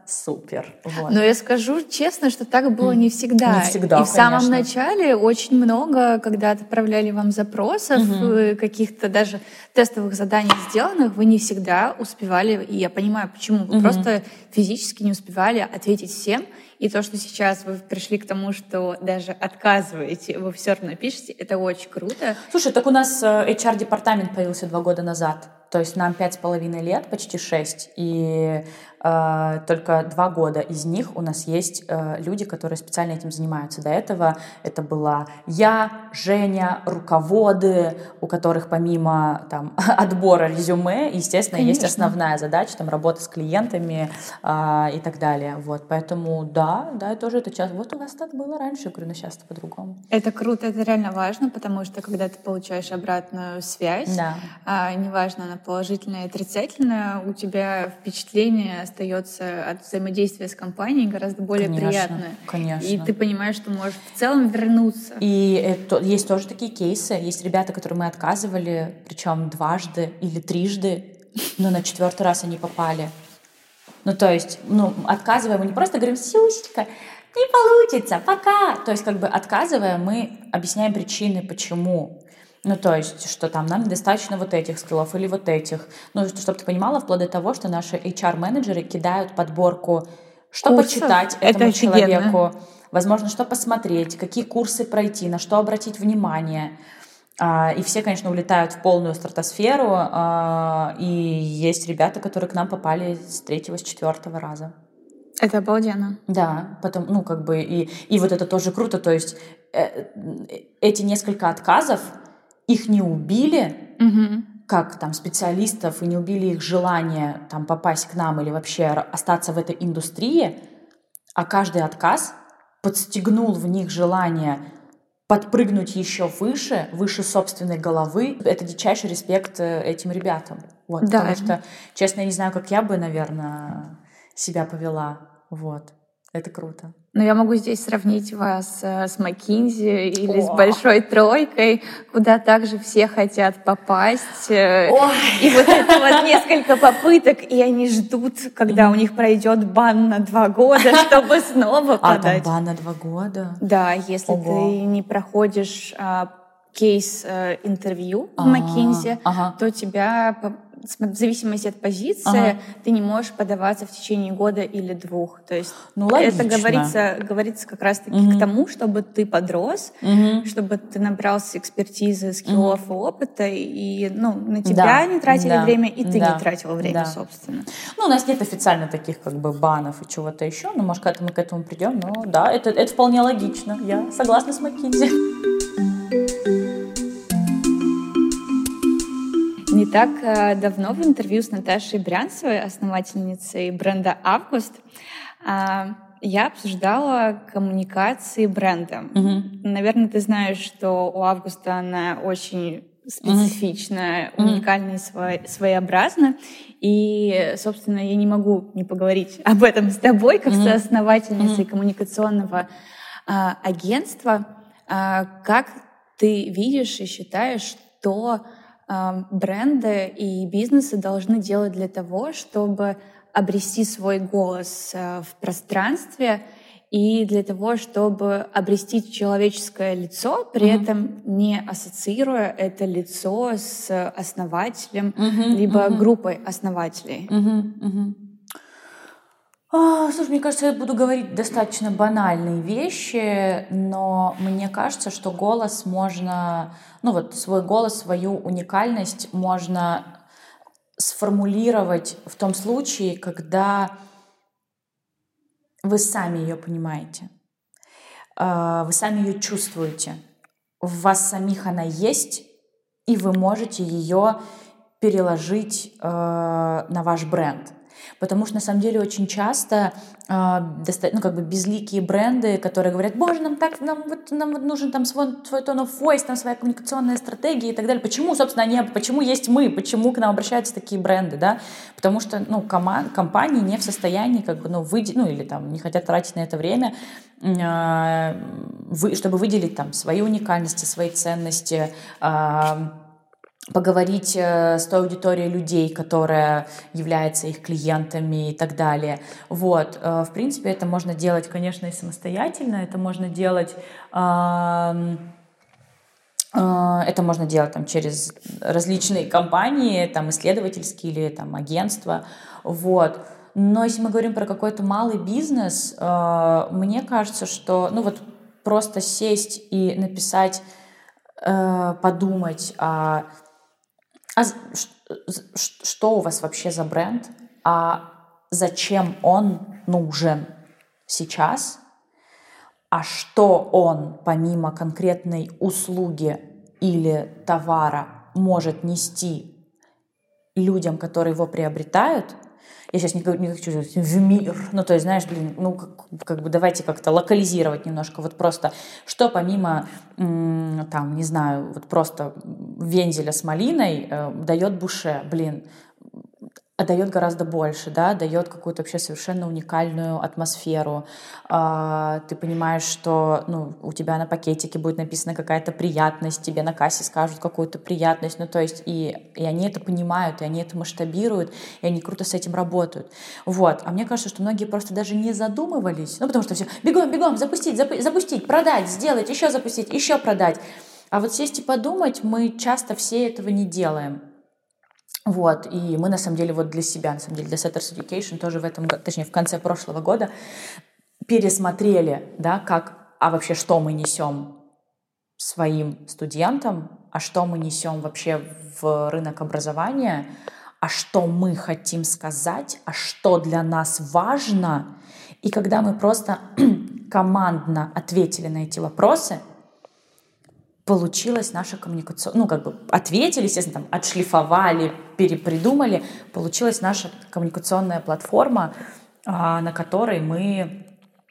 супер. Вот. Но я скажу честно, что так было не всегда. Не всегда, И в самом конечно. начале очень много, когда отправляли вам запросов, угу. каких-то даже тестовых заданий сделанных, вы не всегда успевали, и я понимаю, почему. Вы угу. просто физически не успевали ответить всем. И то, что сейчас вы пришли к тому, что даже отказываете, вы все равно пишете, это очень круто. Слушай, так у нас эйч ар-департамент появился два года назад. То есть нам пять с половиной лет, почти шесть, и э, только два года из них у нас есть э, люди, которые специально этим занимаются. До этого это была я, Женя, руководы, у которых помимо там, отбора резюме, естественно, Конечно. Есть основная задача, там, работа с клиентами э, и так далее. Вот, поэтому да, да, тоже это часто. Вот у нас так было раньше, я говорю, но сейчас-то по-другому. Это круто, это реально важно, потому что когда ты получаешь обратную связь, да. а, неважно, она положительное и отрицательное, у тебя впечатление остается от взаимодействия с компанией гораздо более конечно, приятное. Конечно. И ты понимаешь, что можешь в целом вернуться. И это, есть тоже такие кейсы. Есть ребята, которым мы отказывали, причем дважды или трижды, но на четвертый раз они попали. Ну, то есть, ну, отказываем, мы не просто говорим «Сюсечка, не получится, пока». То есть, как бы отказывая, мы объясняем причины, почему. Ну, то есть, что там нам недостаточно вот этих скиллов или вот этих. Ну, чтобы ты понимала, вплоть до того, что наши эйч ар-менеджеры кидают подборку, что Курсов. Почитать этому Это человеку, возможно, что посмотреть, какие курсы пройти, на что обратить внимание. И все, конечно, улетают в полную стратосферу. И есть ребята, которые к нам попали с третьего, с четвертого раза. Это обалденно. Да, потом, ну, как бы, и, и вот это тоже круто. То есть э, эти несколько отказов, их не убили, угу. как там специалистов, и не убили их желание там попасть к нам или вообще остаться в этой индустрии, а каждый отказ подстегнул в них желание подпрыгнуть еще выше, выше собственной головы. Это дичайший респект этим ребятам. Вот, да. Потому что, честно, я не знаю, как я бы, наверное, себя повела. Вот. Это круто. Но я могу здесь сравнить вас с McKinsey или О. с Большой Тройкой, куда также все хотят попасть. Ой. И вот это вот несколько попыток, и они ждут, когда у них пройдет бан на два года, чтобы снова подать. А, там бан на два года? Да, если Ого. Ты не проходишь а, кейс а, интервью в McKinsey, ага. то тебя... В зависимости от позиции ага. ты не можешь подаваться в течение года или двух. То есть ну, это говорится, говорится как раз-таки угу. к тому, чтобы ты подрос, угу. чтобы ты набрался экспертизы, скиллов угу. и опыта, и ну, на тебя да. не тратили да. время, и ты да. не тратил время, да. собственно. Ну, у нас нет официально таких как бы банов и чего-то еще, но, может, когда мы к этому придем, но да, это, это вполне логично. Я согласна с McKinsey. Не так давно в интервью с Наташей Брянцевой, основательницей бренда «Август», я обсуждала коммуникации бренда. Uh-huh. Наверное, ты знаешь, что у «Августа» она очень специфичная, uh-huh. уникальная и своеобразна. И, собственно, я не могу не поговорить об этом с тобой, как uh-huh. соосновательницей uh-huh. коммуникационного агентства. Как ты видишь и считаешь, что бренды и бизнесы должны делать для того, чтобы обрести свой голос в пространстве и для того, чтобы обрести человеческое лицо, при mm-hmm. этом не ассоциируя это лицо с основателем, mm-hmm. либо mm-hmm. группой основателей. Mm-hmm. Mm-hmm. А, слушай, мне кажется, я буду говорить достаточно банальные вещи, но мне кажется, что голос можно, ну вот свой голос, свою уникальность можно сформулировать в том случае, когда вы сами ее понимаете, вы сами ее чувствуете, в вас самих она есть, и вы можете ее переложить на ваш бренд. Потому что, на самом деле, очень часто э, доста- ну, как бы безликие бренды, которые говорят, боже, нам, так, нам, вот, нам вот нужен там свой, свой tone of voice, там своя коммуникационная стратегия и так далее. Почему, собственно, они, почему есть мы? Почему к нам обращаются такие бренды? Да? Потому что ну, кома- компании не в состоянии, как бы, ну, выде- ну, или там, не хотят тратить на это время, э, вы- чтобы выделить там, свои уникальности, свои ценности, э, поговорить с той аудиторией людей, которая является их клиентами и так далее. Вот. В принципе, это можно делать, конечно, и самостоятельно, это можно делать... Это можно делать там, через различные компании, там, исследовательские или там, агентства. Вот. Но если мы говорим про какой-то малый бизнес, мне кажется, что ну, вот просто сесть и написать, подумать, а, а что у вас вообще за бренд, а зачем он нужен сейчас, а что он, помимо конкретной услуги или товара, может нести людям, которые его приобретают. Я сейчас не, не хочу сказать в мир. Ну, то есть, знаешь, блин, ну, как, как бы давайте как-то локализировать немножко. Вот просто, что помимо, м- там, не знаю, вот просто вензеля с малиной э, дает буше, блин, а дает гораздо больше, да, дает какую-то вообще совершенно уникальную атмосферу. А, ты понимаешь, что ну, у тебя на пакетике будет написана какая-то приятность, тебе на кассе скажут какую-то приятность, ну то есть и, и они это понимают, и они это масштабируют, и они круто с этим работают. Вот. А мне кажется, что многие просто даже не задумывались, ну потому что все бегом, бегом, запустить, запу- запустить, продать, сделать, еще запустить, еще продать. А вот сесть и подумать, мы часто все этого не делаем. Вот, и мы, на самом деле, вот для себя, на самом деле, для Setters Education тоже в этом, точнее, в конце прошлого года пересмотрели, да, как, а вообще, что мы несем своим студентам, а что мы несем вообще в рынок образования, а что мы хотим сказать, а что для нас важно. И когда мы просто командно ответили на эти вопросы, получилась наша коммуникационная, ну, как бы ответили, естественно, там, отшлифовали, перепридумали, получилась наша коммуникационная платформа, на которой мы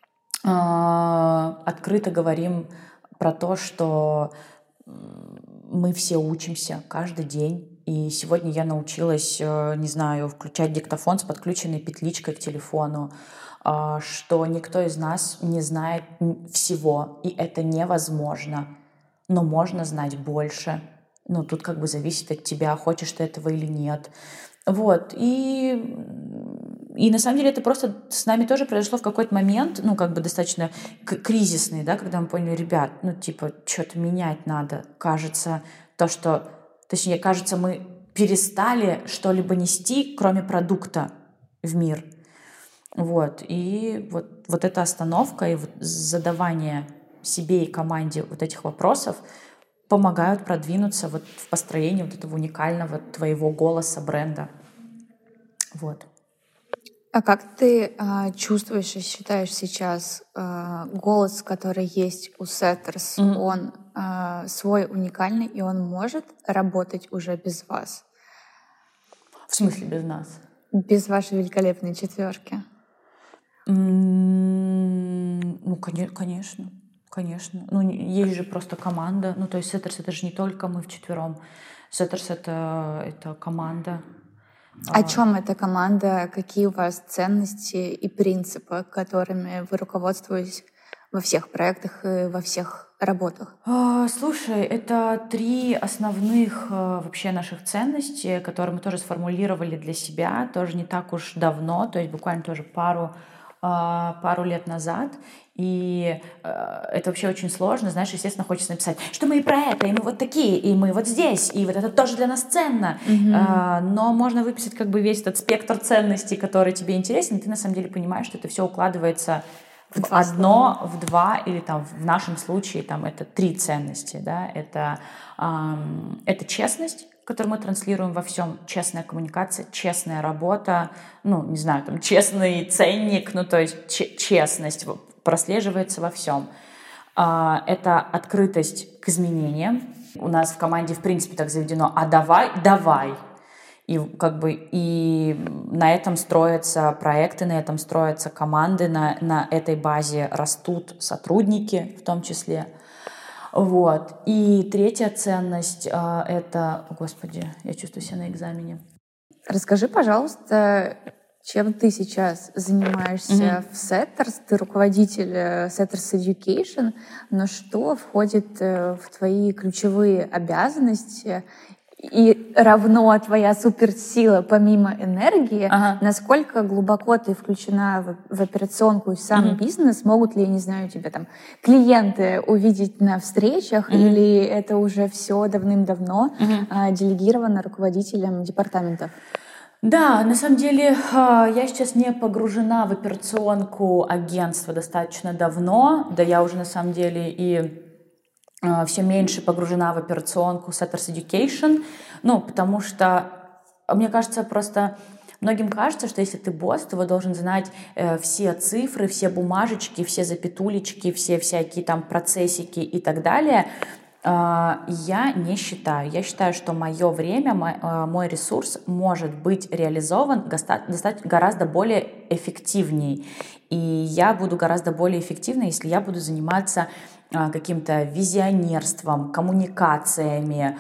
открыто говорим про то, что мы все учимся каждый день. И сегодня я научилась, не знаю, включать диктофон с подключенной петличкой к телефону, что никто из нас не знает всего, и это невозможно. Но можно знать больше. Ну, тут как бы зависит от тебя, хочешь ты этого или нет. Вот. И, и на самом деле это просто с нами тоже произошло в какой-то момент, ну, как бы достаточно кризисный, да, когда мы поняли, ребят, ну, типа, что-то менять надо. Кажется, то, что... Точнее, кажется, мы перестали что-либо нести, кроме продукта в мир. Вот. И вот, вот эта остановка и вот задавание себе и команде вот этих вопросов помогают продвинуться вот в построении вот этого уникального твоего голоса, бренда. Вот. А как ты а, чувствуешь и считаешь сейчас а, голос, который есть у Setters, mm-hmm. он а, свой уникальный, и он может работать уже без вас? В смысле без нас? Без вашей великолепной четверки. Mm-hmm. Ну, конечно. Конечно. Ну, есть же просто команда. Ну, то есть Setters — это же не только мы вчетвером. Setters — это, это команда. О чем эта команда? Какие у вас ценности и принципы, которыми вы руководствуетесь во всех проектах и во всех работах? Слушай, это три основных вообще наших ценностей, которые мы тоже сформулировали для себя, тоже не так уж давно, то есть буквально тоже пару пару лет назад, и э, это вообще очень сложно, знаешь, естественно, хочется написать, что мы и про это, и мы вот такие, и мы вот здесь, и вот это тоже для нас ценно, mm-hmm. э, но можно выписать как бы весь этот спектр ценностей, который тебе интересен, и ты на самом деле понимаешь, что это все укладывается в два одно, слова. в два, или там в нашем случае там это три ценности, да, это, э, это честность, которую мы транслируем во всем. Честная коммуникация, честная работа, ну, не знаю, там, честный ценник, ну, то есть ч- честность прослеживается во всем. Это открытость к изменениям. У нас в команде, в принципе, так заведено, а давай, давай. И как бы и на этом строятся проекты, на этом строятся команды, на, на этой базе растут сотрудники в том числе. Вот. И третья ценность а, — это... Господи, я чувствую себя на экзамене. Расскажи, пожалуйста, чем ты сейчас занимаешься mm-hmm. в Setters? Ты руководитель Setters Education, но что входит в твои ключевые обязанности и равно твоя суперсила помимо энергии, ага. насколько глубоко ты включена в, в операционку и сам mm-hmm. бизнес, могут ли, я не знаю, тебя там клиенты увидеть на встречах, mm-hmm. или это уже все давным-давно mm-hmm. а, делегировано руководителям департаментов? Да, на самом деле я сейчас не погружена в операционку агентства достаточно давно, да я уже на самом деле и все меньше погружена в операционку Setters Education, ну, потому что, мне кажется, просто многим кажется, что если ты босс, то вы должен знать э, все цифры, все бумажечки, все запятулечки, все всякие там процессики и так далее. Э, я не считаю. Я считаю, что мое время, мой, э, мой ресурс может быть реализован доста- доста- гораздо более эффективней. И я буду гораздо более эффективной, если я буду заниматься каким-то визионерством, коммуникациями,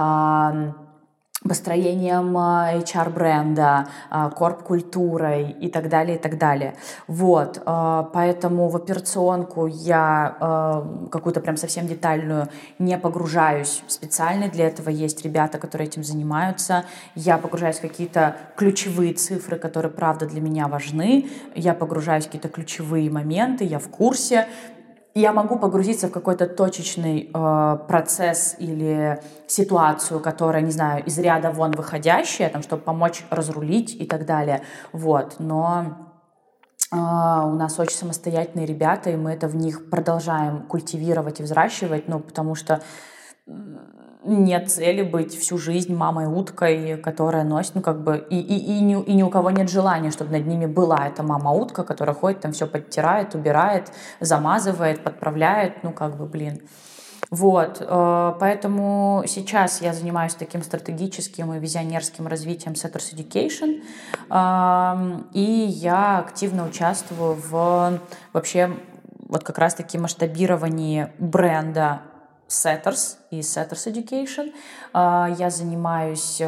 построением эйч ар-бренда, корп-культурой и так далее, и так далее. Вот, поэтому в операционку я какую-то прям совсем детальную не погружаюсь. Специально для этого есть ребята, которые этим занимаются. Я погружаюсь в какие-то ключевые цифры, которые, правда, для меня важны. Я погружаюсь в какие-то ключевые моменты, я в курсе. Я могу погрузиться в какой-то точечный э, процесс или ситуацию, которая, не знаю, из ряда вон выходящая, там, чтобы помочь разрулить и так далее. Вот. Но э, у нас очень самостоятельные ребята, и мы это в них продолжаем культивировать и взращивать, ну, потому что нет цели быть всю жизнь мамой-уткой, которая носит, ну, как бы, и, и, и, ни, и ни у кого нет желания, чтобы над ними была эта мама-утка, которая ходит, там все подтирает, убирает, замазывает, подправляет, ну, как бы, блин. Вот, поэтому сейчас я занимаюсь таким стратегическим и визионерским развитием Setters Education, и я активно участвую в вообще вот как раз-таки масштабировании бренда Setters и Setters Education. Я занимаюсь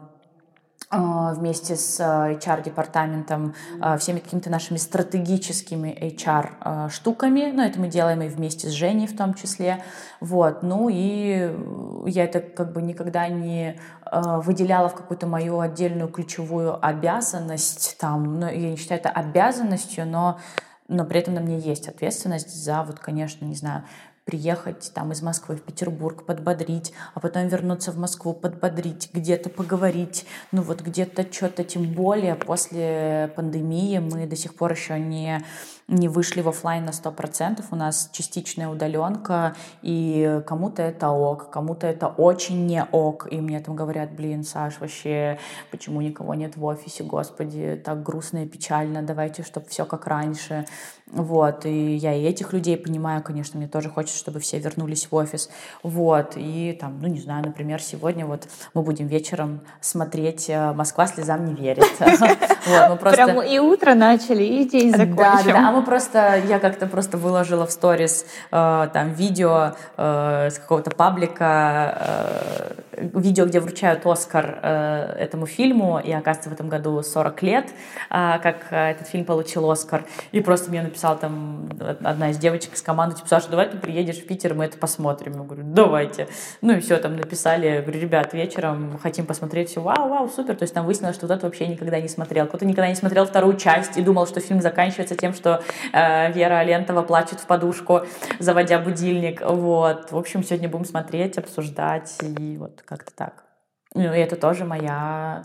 вместе с эйч ар-департаментом всеми какими-то нашими стратегическими эйч ар-штуками. Ну, это мы делаем и вместе с Женей в том числе. Вот. Ну, и я это как бы никогда не выделяла в какую-то мою отдельную ключевую обязанность. Там, ну, я не считаю это обязанностью, но, но при этом на мне есть ответственность за, вот, конечно, не знаю, приехать там из Москвы в Петербург, подбодрить, а потом вернуться в Москву, подбодрить, где-то поговорить, ну вот где-то что-то, тем более после пандемии мы до сих пор еще не, не вышли в офлайн на сто процентов, у нас частичная удаленка, и кому-то это ок, кому-то это очень не ок, и мне там говорят, блин, Саш, вообще, почему никого нет в офисе, господи, так грустно и печально, давайте, чтобы все как раньше, вот, и я и этих людей понимаю, конечно, мне тоже хочется, чтобы все вернулись в офис, вот, и там, ну, не знаю, например, сегодня вот мы будем вечером смотреть «Москва слезам не верит». Прям и утро начали, и день закончим. Да, да, а мы просто, я как-то просто выложила в сторис там видео с какого-то паблика, видео, где вручают Оскар этому фильму, и, оказывается, в этом году сорок лет, как этот фильм получил Оскар, и просто мне написала там одна из девочек из команды, типа, Саша, давай ты приедешь в Питер, мы это посмотрим. Я говорю, давайте. Ну и все, там написали, я говорю, ребят, вечером хотим посмотреть, все, вау, вау, супер. То есть там выяснилось, что кто-то вообще никогда не смотрел. Кто-то никогда не смотрел вторую часть и думал, что фильм заканчивается тем, что э, Вера Алентова плачет в подушку, заводя будильник. Вот. В общем, сегодня будем смотреть, обсуждать и вот как-то так. Ну и это тоже моя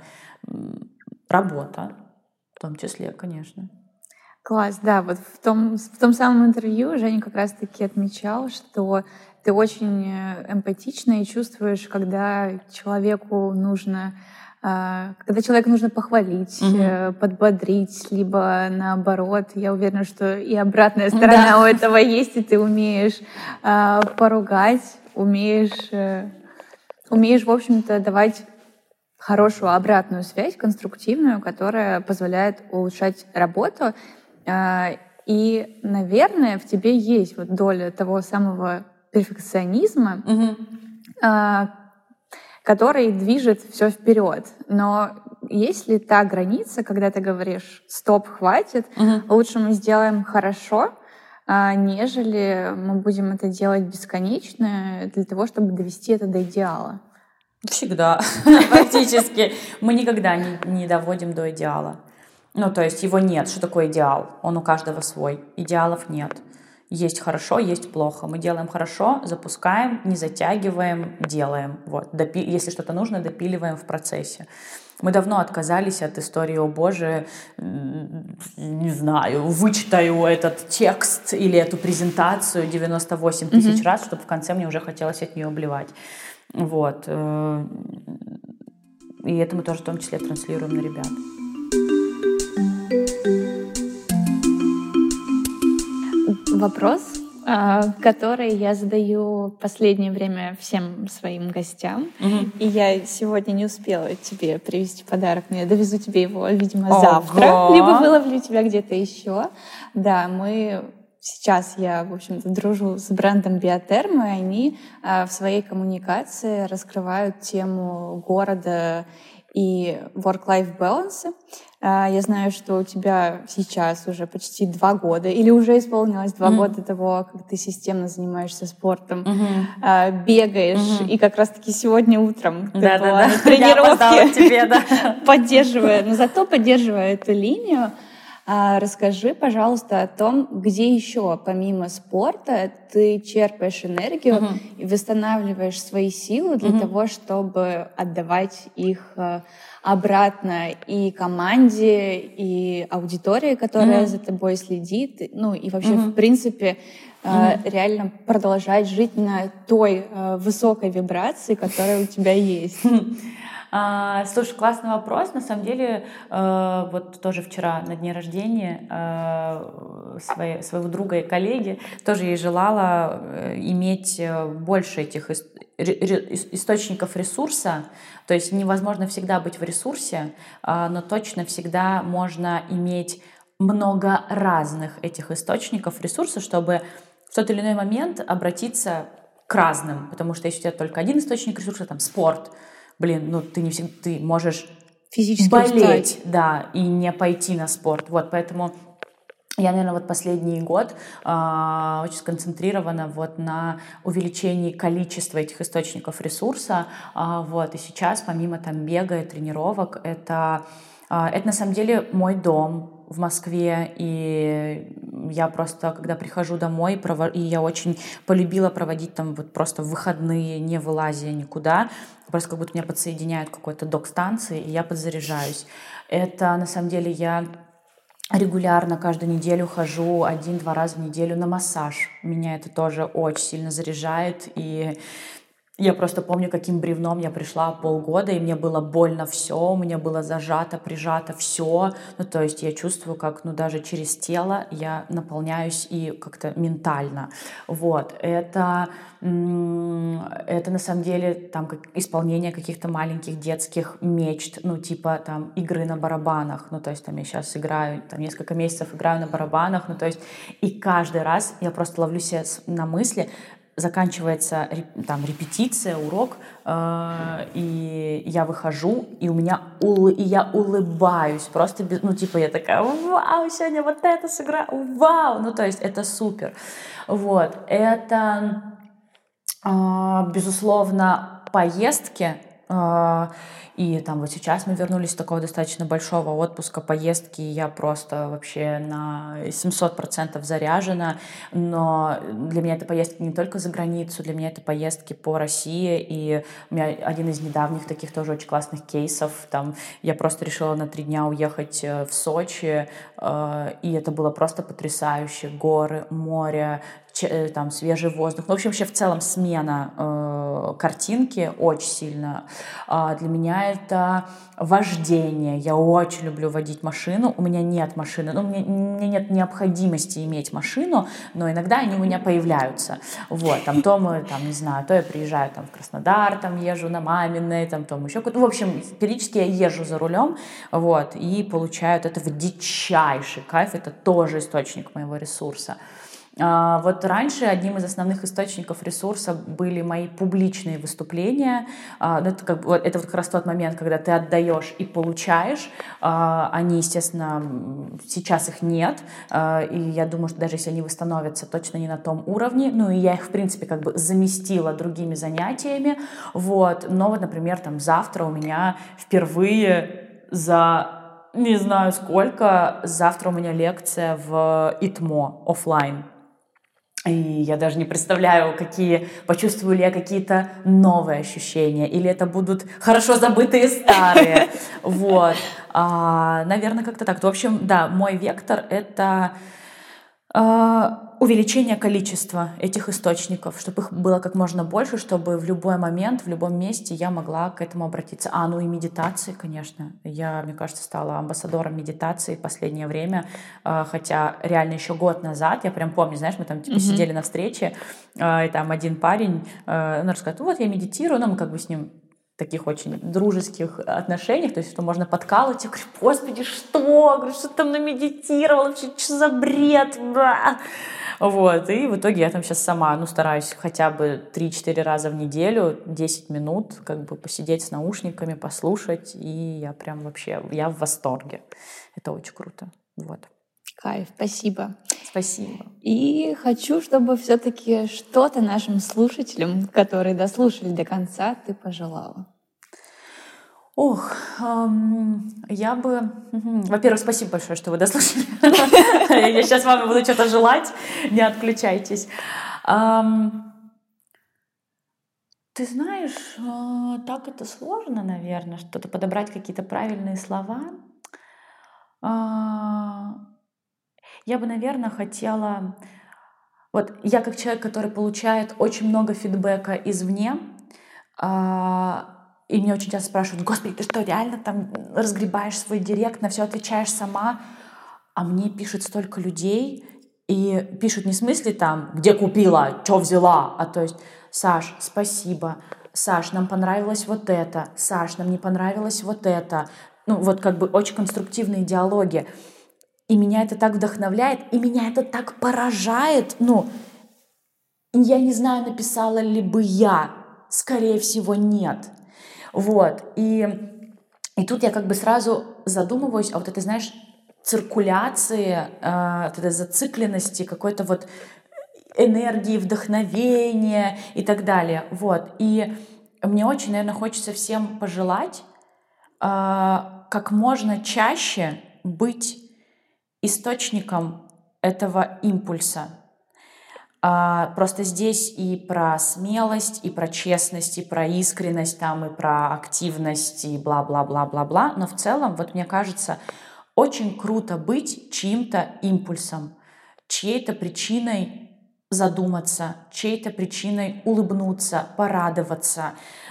работа, в том числе, конечно. Класс, да, вот в том, в том самом интервью Женя как раз-таки отмечал, что ты очень эмпатична и чувствуешь, когда человеку нужно, когда человеку нужно похвалить, mm-hmm. подбодрить, либо наоборот. Я уверена, что и обратная сторона да. у этого есть, и ты умеешь поругать, умеешь, умеешь, в общем-то, давать хорошую обратную связь, конструктивную, которая позволяет улучшать работу. И, наверное, в тебе есть вот доля того самого перфекционизма, mm-hmm. который движет все вперед. Но есть ли та граница, когда ты говоришь «стоп, хватит, mm-hmm. лучше мы сделаем хорошо», нежели мы будем это делать бесконечно для того, чтобы довести это до идеала? Всегда, практически. Мы никогда не, не доводим до идеала. Ну, то есть его нет. Что такое идеал? Он у каждого свой. Идеалов нет. Есть хорошо, есть плохо. Мы делаем хорошо, запускаем, не затягиваем, делаем. Вот. Допи- если что-то нужно, допиливаем в процессе. Мы давно отказались от истории «О Боже, не знаю, вычитаю этот текст или эту презентацию девяносто восемь тысяч mm-hmm. раз, чтобы в конце мне уже хотелось от нее обливать». Вот. И это мы тоже в том числе транслируем на ребят. Вопрос, который я задаю в последнее время всем своим гостям. Mm-hmm. И я сегодня не успела тебе привезти подарок, но я довезу тебе его, видимо, Ого! завтра. Либо выловлю тебя где-то еще. Да, мы... Сейчас я, в общем-то, дружу с брендом Биотерм, и они в своей коммуникации раскрывают тему города и work-life balance. Я знаю, что у тебя сейчас уже почти два года, или уже исполнилось два mm-hmm. года того, как ты системно занимаешься спортом, mm-hmm. бегаешь, mm-hmm. и как раз-таки сегодня утром ты да, была да, на тренировке, тебе, да. поддерживая, но зато поддерживая эту линию. Расскажи, пожалуйста, о том, где еще, помимо спорта, ты черпаешь энергию uh-huh. и восстанавливаешь свои силы для uh-huh. того, чтобы отдавать их обратно и команде, и аудитории, которая uh-huh. за тобой следит, ну и вообще, uh-huh. в принципе, uh-huh. реально продолжать жить на той высокой вибрации, которая у тебя есть. А, слушай, классный вопрос. На самом деле, э, вот тоже вчера на дне рождения э, своей, своего друга и коллеги тоже ей желала э, иметь больше этих ис- ре- источников ресурса. То есть невозможно всегда быть в ресурсе, э, но точно всегда можно иметь много разных этих источников ресурса, чтобы в тот или иной момент обратиться к разным. Потому что если у тебя только один источник ресурса, там спорт, блин, ну ты не всегда, ты можешь физически болеть, устать. да, и не пойти на спорт. Вот, поэтому я, наверное, вот последний год э, очень сконцентрирована вот на увеличении количества этих источников ресурса. Э, вот, и сейчас, помимо там бега и тренировок, это, э, это на самом деле мой дом в Москве, и я просто, когда прихожу домой, и я очень полюбила проводить там вот просто выходные, не вылазя никуда, просто как будто меня подсоединяют к какой-то док-станции, и я подзаряжаюсь. Это, на самом деле, я регулярно каждую неделю хожу один-два раза в неделю на массаж. Меня это тоже очень сильно заряжает, и я просто помню, каким бревном я пришла полгода, и мне было больно все, у меня было зажато, прижато все. Ну, то есть я чувствую, как, ну, даже через тело я наполняюсь и как-то ментально. Вот. Это, это на самом деле там как исполнение каких-то маленьких детских мечт, ну, типа там игры на барабанах. Ну, то есть там я сейчас играю, там несколько месяцев играю на барабанах, ну, то есть и каждый раз я просто ловлю себя на мысли, заканчивается там репетиция, урок, э, и я выхожу, и у меня улы, и я улыбаюсь, просто, без, ну, типа, я такая, вау, сегодня вот это сыграю, вау, ну, то есть это супер. Вот, это, э, безусловно, поездки, э, и там вот сейчас мы вернулись с такого достаточно большого отпуска, поездки, и я просто вообще на семьсот процентов заряжена, но для меня это поездки не только за границу, для меня это поездки по России, и у меня один из недавних таких тоже очень классных кейсов, там я просто решила на три дня уехать в Сочи, и это было просто потрясающе, горы, море, там свежий воздух. Ну, в общем, вообще в целом смена э, картинки очень сильно. А для меня это вождение. Я очень люблю водить машину. У меня нет машины. Ну, у меня, у меня нет необходимости иметь машину, но иногда они у меня появляются. Вот, там то мы, там, не знаю, то я приезжаю там в Краснодар, там езжу на Маминой, там, там еще какой-то. В общем, периодически я езжу за рулем, вот, и получаю от этого дичайший кайф. Это тоже источник моего ресурса. Вот раньше одним из основных источников ресурса были мои публичные выступления. Это, как бы, это вот как раз тот момент, когда ты отдаешь и получаешь. Они, естественно, сейчас их нет. И я думаю, что даже если они восстановятся, точно не на том уровне. Ну и я их, в принципе, как бы заместила другими занятиями. Вот. Но вот, например, там завтра у меня впервые за не знаю сколько, завтра у меня лекция в ИТМО офлайн. И я даже не представляю, какие, почувствую ли я какие-то новые ощущения, или это будут хорошо забытые старые. Вот. А, наверное, как-то так. В общем, да, мой вектор — это а, увеличение количества этих источников, чтобы их было как можно больше, чтобы в любой момент, в любом месте я могла к этому обратиться. А, ну и медитации, конечно. Я, мне кажется, стала амбассадором медитации в последнее время, хотя реально еще год назад, я прям помню, знаешь, мы там типа mm-hmm. сидели на встрече, и там один парень, он рассказывает, вот я медитирую, ну мы как бы с ним в таких очень дружеских отношениях, то есть что можно подкалывать. Я говорю, господи, что? Я говорю, что ты там намедитировала? Вообще, что за бред? Бра! Вот, и в итоге я там сейчас сама, ну, стараюсь хотя бы три-четыре раза в неделю, десять минут, как бы посидеть с наушниками, послушать, и я прям вообще, я в восторге. Это очень круто, вот. Кайф, спасибо. Спасибо. И хочу, чтобы все-таки что-то нашим слушателям, которые дослушали до конца, ты пожелала. Ох, эм, я бы... Во-первых, спасибо большое, что вы дослушали. Я сейчас вам буду что-то желать, не отключайтесь. Ты знаешь, так это сложно, наверное, что-то подобрать, какие-то правильные слова. Я бы, наверное, хотела... Вот я как человек, который получает очень много фидбэка извне, и меня очень часто спрашивают, господи, ты что, реально там разгребаешь свой директ, на все отвечаешь сама? А мне пишет столько людей, и пишут не в смысле там, где купила, что взяла, а то есть, Саш, спасибо, Саш, нам понравилось вот это, Саш, нам не понравилось вот это. Ну вот как бы очень конструктивные диалоги. И меня это так вдохновляет, и меня это так поражает. Ну, я не знаю, написала ли бы я, скорее всего, нет. Вот, и, и тут я как бы сразу задумываюсь о вот этой, знаешь, циркуляции, э, вот этой зацикленности, какой-то вот энергии, вдохновения и так далее. Вот, и мне очень, наверное, хочется всем пожелать э, как можно чаще быть источником этого импульса. Просто здесь и про смелость, и про честность, и про искренность, там, и про активность, и бла-бла-бла-бла-бла. Но в целом, вот мне кажется, очень круто быть чьим-то импульсом, чьей-то причиной задуматься, чьей-то причиной улыбнуться, порадоваться,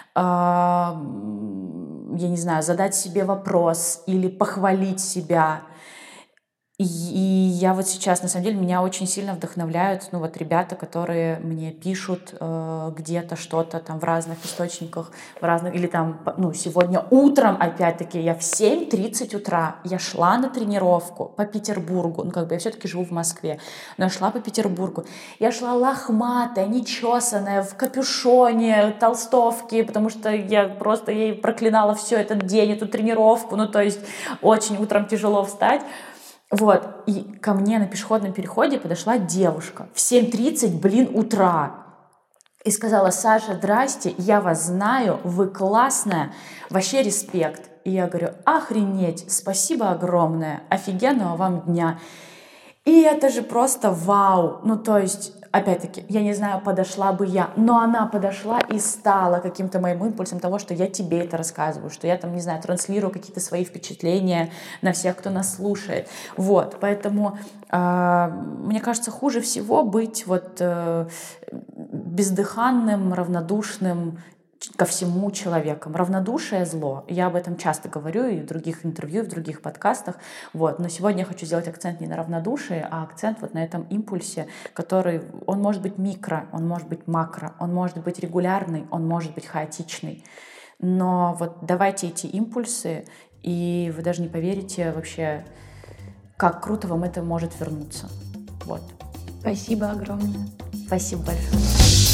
я не знаю, задать себе вопрос или похвалить себя. И я вот сейчас, на самом деле, меня очень сильно вдохновляют, ну вот ребята, которые мне пишут э, где-то что-то там в разных источниках, в разных, или там, ну, сегодня утром, опять-таки, я в семь тридцать утра, я шла на тренировку по Петербургу, ну, как бы я все-таки живу в Москве, но я шла по Петербургу, я шла лохматая, нечесанная, в капюшоне, толстовке, потому что я просто ей проклинала все этот день, эту тренировку, ну, то есть очень утром тяжело встать. Вот, и ко мне на пешеходном переходе подошла девушка в семь тридцать, блин, утра. И сказала: Саша, здрасте, я вас знаю, вы классная, вообще респект. И я говорю: охренеть, спасибо огромное, офигенного вам дня. И это же просто вау, ну то есть, опять-таки, я не знаю, подошла бы я, но она подошла и стала каким-то моим импульсом того, что я тебе это рассказываю, что я там, не знаю, транслирую какие-то свои впечатления на всех, кто нас слушает. Вот, поэтому э, мне кажется, хуже всего быть вот э, бездыханным, равнодушным ко всему человеком. Равнодушие — зло. Я об этом часто говорю и в других интервью, и в других подкастах. Вот. Но сегодня я хочу сделать акцент не на равнодушие, а акцент вот на этом импульсе, который, он может быть микро, он может быть макро, он может быть регулярный, он может быть хаотичный. Но вот давайте эти импульсы, и вы даже не поверите вообще, как круто вам это может вернуться. Вот. Спасибо огромное. Спасибо большое.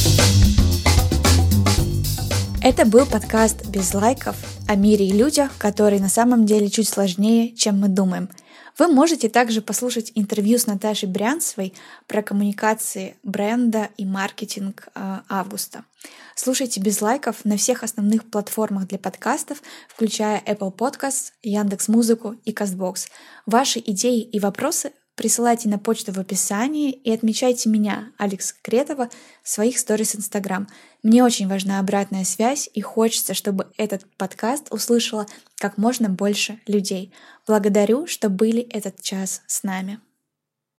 Это был подкаст «Без лайков» о мире и людях, которые на самом деле чуть сложнее, чем мы думаем. Вы можете также послушать интервью с Наташей Брянцевой про коммуникации бренда и маркетинг э, Августа. Слушайте «Без лайков» на всех основных платформах для подкастов, включая Apple Podcasts, Яндекс.Музыку и Castbox. Ваши идеи и вопросы присылайте на почту в описании и отмечайте меня, Алекс Кретова, в своих сторис Instagram. Мне очень важна обратная связь и хочется, чтобы этот подкаст услышало как можно больше людей. Благодарю, что были этот час с нами.